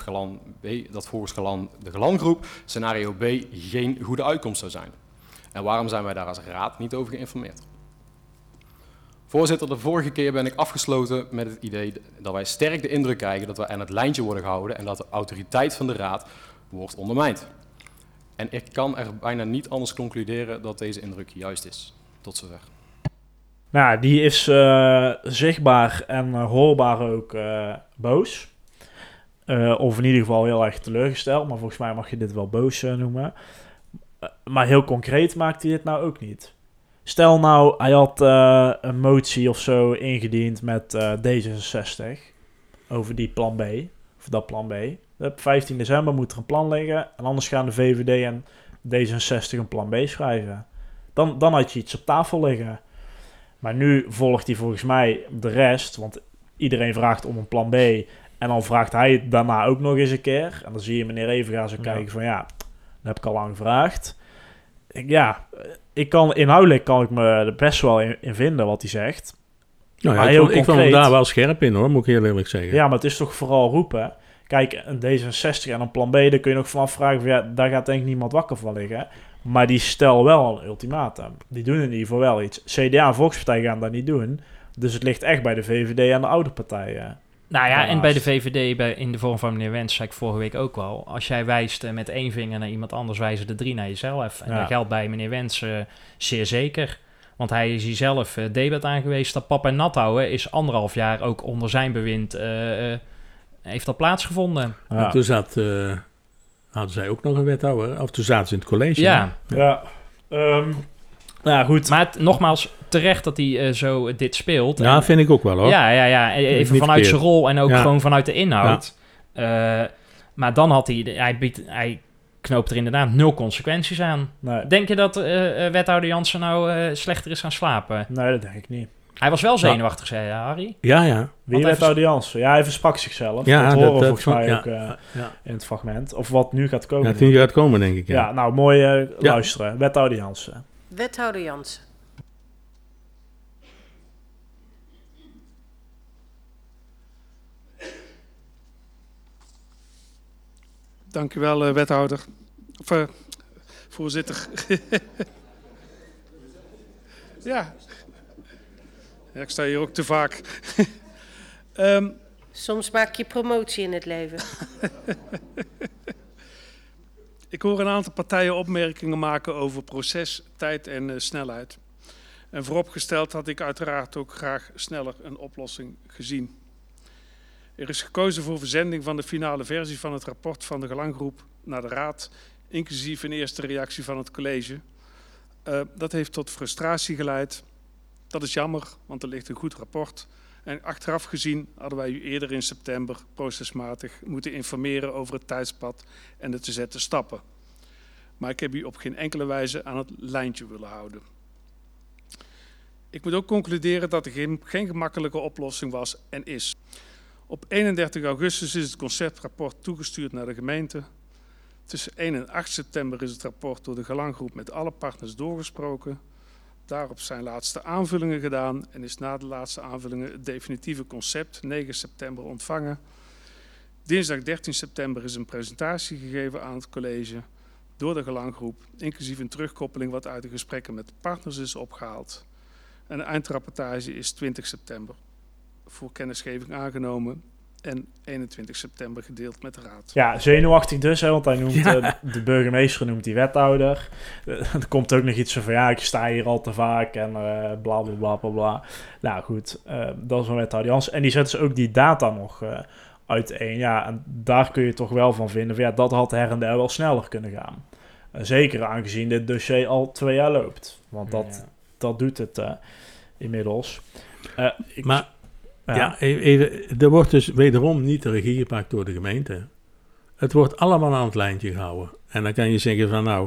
de Gelandgroep scenario B geen goede uitkomst zou zijn? En waarom zijn wij daar als raad niet over geïnformeerd? Voorzitter, de vorige keer ben ik afgesloten met het idee dat wij sterk de indruk krijgen dat wij aan het lijntje worden gehouden en dat de autoriteit van de raad wordt ondermijnd. En ik kan er bijna niet anders concluderen dat deze indruk juist is. Tot zover. Nou, die is zichtbaar en hoorbaar ook boos. Of in ieder geval heel erg teleurgesteld, maar volgens mij mag je dit wel boos noemen. Maar heel concreet maakt hij dit nou ook niet. Stel nou, hij had een motie of zo ingediend met D66 over die plan B, of dat plan B. Op 15 december moet er een plan liggen en anders gaan de VVD en D66 een plan B schrijven. Dan had je iets op tafel liggen. Maar nu volgt hij volgens mij de rest, want iedereen vraagt om een plan B en dan vraagt hij het daarna ook nog eens een keer. En dan zie je meneer Evenga zo kijken van dat heb ik al lang gevraagd. Inhoudelijk kan ik me er best wel in vinden wat hij zegt. Nou ja, ik vond hem daar wel scherp in hoor, moet ik heel eerlijk zeggen. Ja, maar het is toch vooral roepen. Kijk, een D66 en een plan B, daar kun je nog vanaf vragen van daar gaat denk ik niemand wakker van liggen. Maar die stellen wel een ultimatum. Die doen in ieder geval wel iets. CDA en Volkspartij gaan dat niet doen. Dus het ligt echt bij de VVD en de oude partijen. Nou ja, en bij de VVD in de vorm van meneer Wens, zei ik vorige week ook al. Als jij wijst met 1 vinger naar iemand anders, wijzen de 3 naar jezelf. En dat geldt bij meneer Wens zeer zeker. Want hij is hier zelf debat aangewezen. Dat pap en nat houden is 1,5 jaar ook onder zijn bewind heeft dat plaatsgevonden. Ja. En toen hadden zij ook nog een wethouder. Of toen zaten ze in het college. Ja, goed. Maar nogmaals, terecht dat hij zo dit speelt. Ja, en, vind ik ook wel hoor. Ja. Even vanuit zijn rol en ook gewoon vanuit de inhoud. Ja. Maar dan had hij knoopt er inderdaad 0 consequenties aan. Nee. Denk je dat wethouder Jansen nou slechter is gaan slapen? Nee, dat denk ik niet. Hij was wel zenuwachtig, zei je, Harry. Ja. Wie wethouder Jansen? Ja, hij versprak zichzelf. Ja, dat horen we volgens mij ook in het fragment. Of wat nu gaat komen. Ja, het nu gaat komen, denk ik. Ja, nou, mooi luisteren. Wethouder Jansen. Wethouder Jansen. Dank u wel, wethouder. Of voorzitter. Ja, ik sta hier ook te vaak. Soms maak je promotie in het leven. Ik hoor een aantal partijen opmerkingen maken over proces, tijd en snelheid. En vooropgesteld had ik uiteraard ook graag sneller een oplossing gezien. Er is gekozen voor verzending van de finale versie van het rapport van de Gelandgroep naar de Raad, inclusief een eerste reactie van het college. Dat heeft tot frustratie geleid. Dat is jammer, want er ligt een goed rapport. En achteraf gezien hadden wij u eerder in september procesmatig moeten informeren over het tijdspad en de te zetten stappen. Maar ik heb u op geen enkele wijze aan het lijntje willen houden. Ik moet ook concluderen dat er geen gemakkelijke oplossing was en is. Op 31 augustus is het conceptrapport toegestuurd naar de gemeente. Tussen 1 en 8 september is het rapport door de Gelanggroep met alle partners doorgesproken. Daarop zijn laatste aanvullingen gedaan en is na de laatste aanvullingen het definitieve concept 9 september ontvangen. Dinsdag 13 september is een presentatie gegeven aan het college door de Gelanggroep, inclusief een terugkoppeling wat uit de gesprekken met de partners is opgehaald. En de eindrapportage is 20 september voor kennisgeving aangenomen en 21 september gedeeld met de raad. Ja, zenuwachtig dus, hè, want hij noemt, de burgemeester noemt die wethouder. Er komt ook nog iets van, ja, ik sta hier al te vaak en bla bla bla bla bla. Nou goed, dat is een wethouder Jans. En die zetten ze ook die data nog uiteen. Ja, en daar kun je toch wel van vinden, van, ja, dat had her en der wel sneller kunnen gaan. Zeker aangezien dit dossier al 2 jaar loopt. Want dat doet het inmiddels. Er wordt dus wederom niet de regie gepakt door de gemeente. Het wordt allemaal aan het lijntje gehouden. En dan kan je zeggen van nou,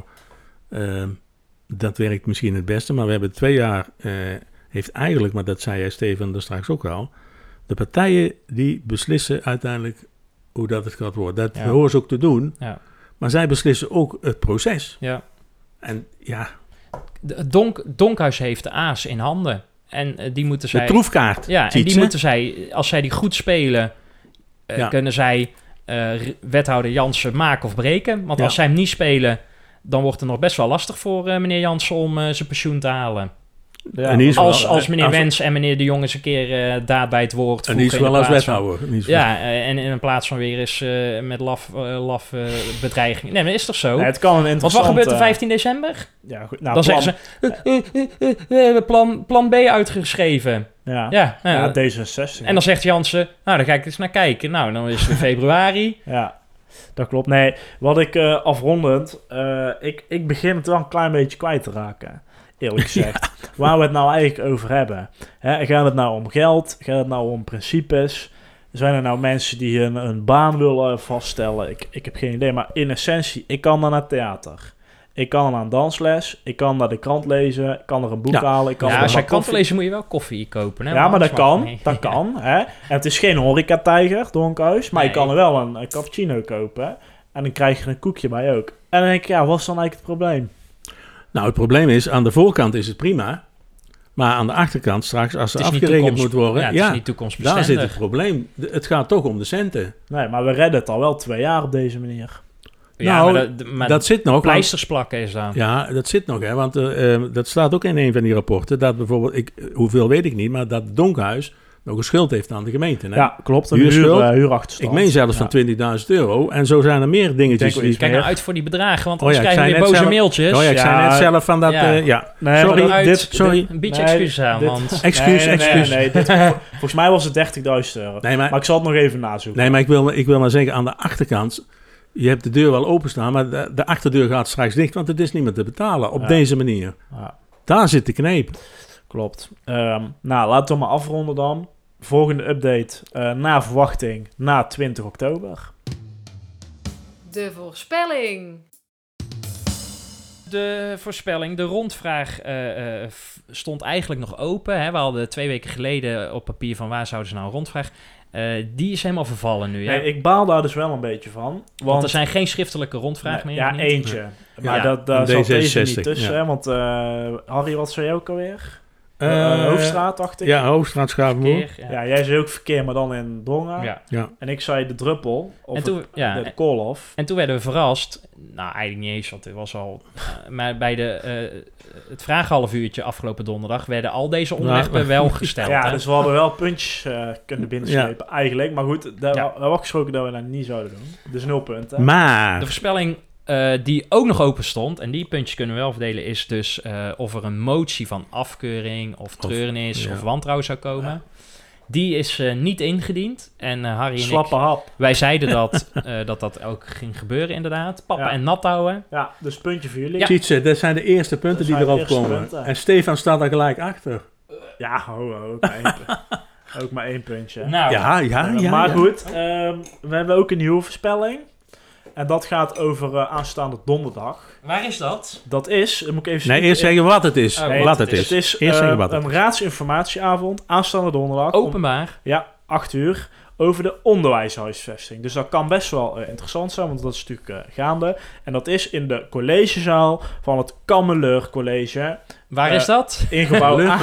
dat werkt misschien het beste, maar we hebben 2 jaar, heeft eigenlijk, maar dat zei jij Steven er straks ook al, de partijen die beslissen uiteindelijk hoe dat het gaat worden. Dat horen ze ook te doen, maar zij beslissen ook het proces. Ja. En ja... Donkhuis heeft de aas in handen. En die moeten zij... De troefkaart. Ja, en die moeten zij, als zij die goed spelen, kunnen zij wethouder Jansen maken of breken. Want als zij hem niet spelen, dan wordt het nog best wel lastig voor meneer Jansen om zijn pensioen te halen. Ja, als meneer Wens en meneer De Jong eens een keer daar bij het woord en die is wel als wethouder. En in plaats van weer eens met laf bedreiging. Nee, maar is toch zo? Ja, het kan een interessant... Want wat gebeurt er 15 december? Ja, goed. Nou, dan zeggen ze, we hebben plan B uitgeschreven. Ja, D66. En dan zegt Jansen, nou, daar ga ik eens naar kijken. Nou, dan is het februari. Ja, dat klopt. Nee, wat ik afrondend... ik begin het wel een klein beetje kwijt te raken. Eerlijk gezegd. Waar we het nou eigenlijk over hebben. Gaat het nou om geld? Gaat het nou om principes? Zijn er nou mensen die een baan willen vaststellen? Ik heb geen idee. Maar in essentie, ik kan dan naar theater. Ik kan naar een dansles. Ik kan naar de krant lezen. Ik kan er een boek halen. Ik kan als je krant lezen moet je wel koffie kopen. Hè? Ja, maar dat kan. Nee. Dat kan. Hè? En het is geen horeca-tijger, Donkhuis. Maar je kan er wel een cappuccino kopen. En dan krijg je een koekje bij ook. En dan denk ik, wat is dan eigenlijk het probleem? Nou, het probleem is, aan de voorkant is het prima. Maar aan de achterkant straks, als er afgerekend moet worden... het is niet toekomstbestendig. Daar zit het probleem. Het gaat toch om de centen. Nee, maar we redden het al wel 2 jaar op deze manier. Ja, nou, maar dat zit nog. Pleisters plakken is dan. Ja, dat zit nog. Hè, want dat staat ook in een van die rapporten. Dat bijvoorbeeld, hoeveel weet ik niet, maar dat Donkhuis nog een schuld heeft aan de gemeente. Hè? Ja, klopt. Een huurachterstand. Ik meen zelfs van €20.000. En zo zijn er meer dingetjes. Kijk nou uit voor die bedragen, want anders krijgen we weer boze mailtjes. Ik zei net zelf van dat... Nee, sorry. Een beetje excuses aan, want... Excuus. Nee, volgens mij was het €30.000. Nee, maar ik zal het nog even nazoeken. Nee, maar ik wil maar zeggen, aan de achterkant... Je hebt de deur wel openstaan, maar de achterdeur gaat straks dicht, want het is niet meer te betalen op deze manier. Ja. Daar zit de kneep. Klopt. Nou, laten we maar afronden dan. Volgende update na verwachting na 20 oktober. De voorspelling. De voorspelling, de rondvraag stond eigenlijk nog open. Hè? We hadden 2 weken geleden op papier van waar zouden ze nou een rondvraag... die is helemaal vervallen nu. Ja? Nee, ik baal daar dus wel een beetje van. Want er zijn geen schriftelijke rondvragen meer. Ja, eentje. Ja. Maar daar zat deze niet tussen. Hè? Want Harry, wat zei jij ook alweer? Hoofdstraat, dacht ik. Ja, Hoofdstraat, Schavenmoer. Ja, jij zei ook verkeer, maar dan in Dongen. Ja. En ik zei de druppel, of de call-off. En toen werden we verrast. Nou, eigenlijk niet eens, want het was al... maar bij het vraaghalfuurtje afgelopen donderdag werden al deze onderwerpen wel gesteld. Ja, dus we hadden wel puntjes kunnen binnenslepen, eigenlijk. Maar goed, daar hebben we afgesproken dat we dat niet zouden doen. Dus 0 punten. Maar... De voorspelling... die ook nog open stond, en die puntjes kunnen we wel verdelen, is dus of er een motie van afkeuring of treurnis of wantrouwen zou komen. Ja. Die is niet ingediend. En Harry en Slappe hap. Wij zeiden dat ook ging gebeuren inderdaad. Papa en nat houden. Ja, dus puntje voor jullie. Ja. Ziet ze, dat zijn de eerste punten die erop komen. Punten. En Stefan staat daar gelijk achter. Ja, ook maar 1 puntje. Nou, ja. Maar goed, we hebben ook een nieuwe voorspelling. En dat gaat over aanstaande donderdag. Waar is dat? Dat is, moet ik even Nee, eerst zeggen wat het is. Nee, wat het is. Het is Eerst zeggen wat het een is. raadsinformatieavond aanstaande donderdag. Openbaar? Ja, 8 uur. Over de onderwijshuisvesting. Dus dat kan best wel interessant zijn, want dat is natuurlijk gaande. En dat is in de collegezaal van het Kammeleur College. Waar is dat? In gebouw A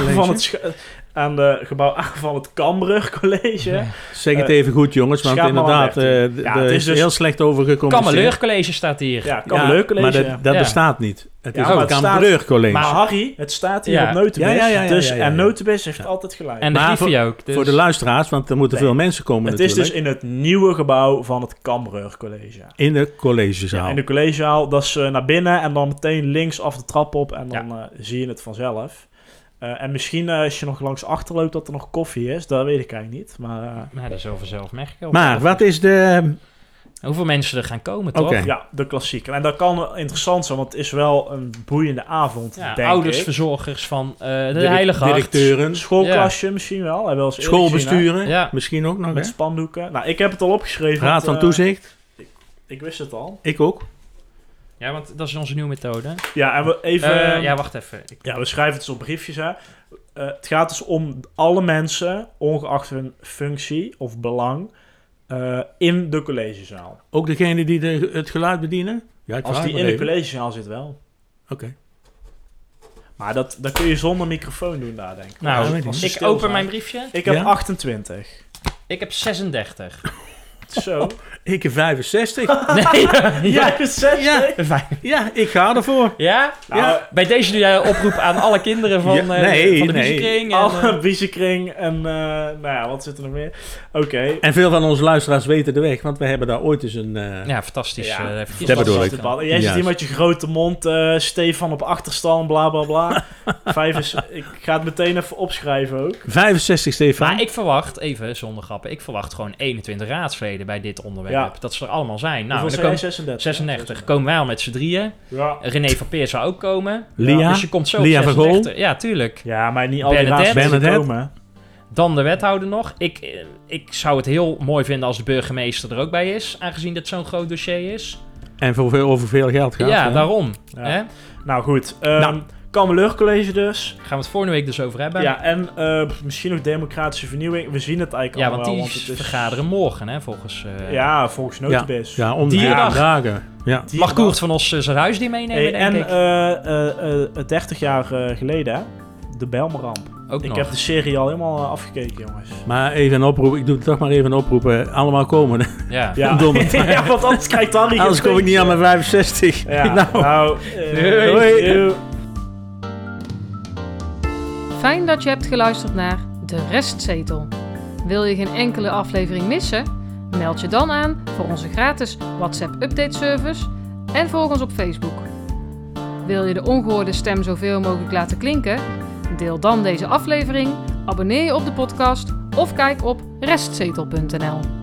aan de gebouw A van het Kambrug College. Zeg het even goed, jongens, want inderdaad, er is dus heel slecht over gecommuniceerd. Kammeleur College staat hier. Ja, Kammeleur College. Maar dat bestaat niet. Het is maar een Kammeleur College. Maar Harry, het staat hier op Notebis. En Notebis heeft altijd gelijk. En de griffie ook. Dus. Voor de luisteraars, want er moeten veel mensen komen het natuurlijk. Het is dus in het nieuwe gebouw van het Kambrug College. In de collegezaal. Ja, in de collegezaal. Dat is naar binnen en dan meteen links af de trap op. En dan zie je het vanzelf. En misschien als je nog langs achter loopt dat er nog koffie is. Dat weet ik eigenlijk niet. Maar dat is vanzelf merken. Maar wat is de... Hoeveel mensen er gaan komen, toch? Okay. Ja, de klassieker. En dat kan interessant zijn, want het is wel een boeiende avond, denk ouders, ik. verzorgers van de Heilige Hart. Directeuren. Schoolklasje misschien wel. Schoolbesturen, misschien ook nog. Met spandoeken. Nou, ik heb het al opgeschreven. Raad van Toezicht. Ik wist het al. Ik ook. Ja, want dat is onze nieuwe methode. Ja, en we even... wacht even. Ja, we schrijven het dus op briefjes, hè. Het gaat dus om alle mensen, ongeacht hun functie of belang, in de collegezaal. Ook degene die het geluid bedienen? Ja, als die in de collegezaal zit wel. Oké. Maar dat kun je zonder microfoon doen daar, denk ik. Nou, ik open mijn briefje. Ik heb 28. Ik heb 36. Zo. Ik heb 65. Nee, ja, 65. Ja, ik ga ervoor. Ja? Nou, ja. Bij deze doe jij een oproep aan alle kinderen van, van de Biezenkring. Alle Biezenkring en nou ja, wat zit er nog meer? Oké. En veel van onze luisteraars weten de weg, want we hebben daar ooit eens een... ja, fantastisch. Dat bedoel ik. Jij zit hier met je grote mond, Stefan op achterstand, bla bla bla. Ik ga het meteen even opschrijven ook. 65, Stefan. Maar ik verwacht, even zonder grappen, ik verwacht gewoon 21 raadsleden bij dit onderwerp. Ja. Dat ze er allemaal zijn. Nou, dan komen 36. Komen wij al met z'n drieën. Ja. René van Peer zou ook komen. Lia. Dus je komt zo Lia op 36. Van Gol. Ja, tuurlijk. Ja, maar niet alle raadsleden komen. Dan de wethouder nog. Ik zou het heel mooi vinden als de burgemeester er ook bij is. Aangezien dit zo'n groot dossier is. En over veel geld gaat. Ja, daarom. Ja. Hè? Nou goed. Kammeleur College dus. Gaan we het volgende week dus over hebben. Ja, en misschien nog democratische vernieuwing. We zien het eigenlijk allemaal wel. Ja, want die vergaderen morgen, hè, volgens... ja, volgens Notebis. Ja, om Dierendag. Dagen. Ja. Mag Koert van ons zijn huisdier meenemen, denk ik. En 30 jaar geleden, hè, de Bijlmerramp. Ook ik nog. heb de serie al helemaal afgekeken, jongens. Maar even een oproep. Ik doe het toch maar even een oproepen. Allemaal komen. Ja. Ja, ja, want anders krijgt Harry anders kom ik niet aan mijn 65. Ja, doei. Fijn dat je hebt geluisterd naar De Restzetel. Wil je geen enkele aflevering missen? Meld je dan aan voor onze gratis WhatsApp-update-service en volg ons op Facebook. Wil je de ongehoorde stem zoveel mogelijk laten klinken? Deel dan deze aflevering, abonneer je op de podcast of kijk op restzetel.nl.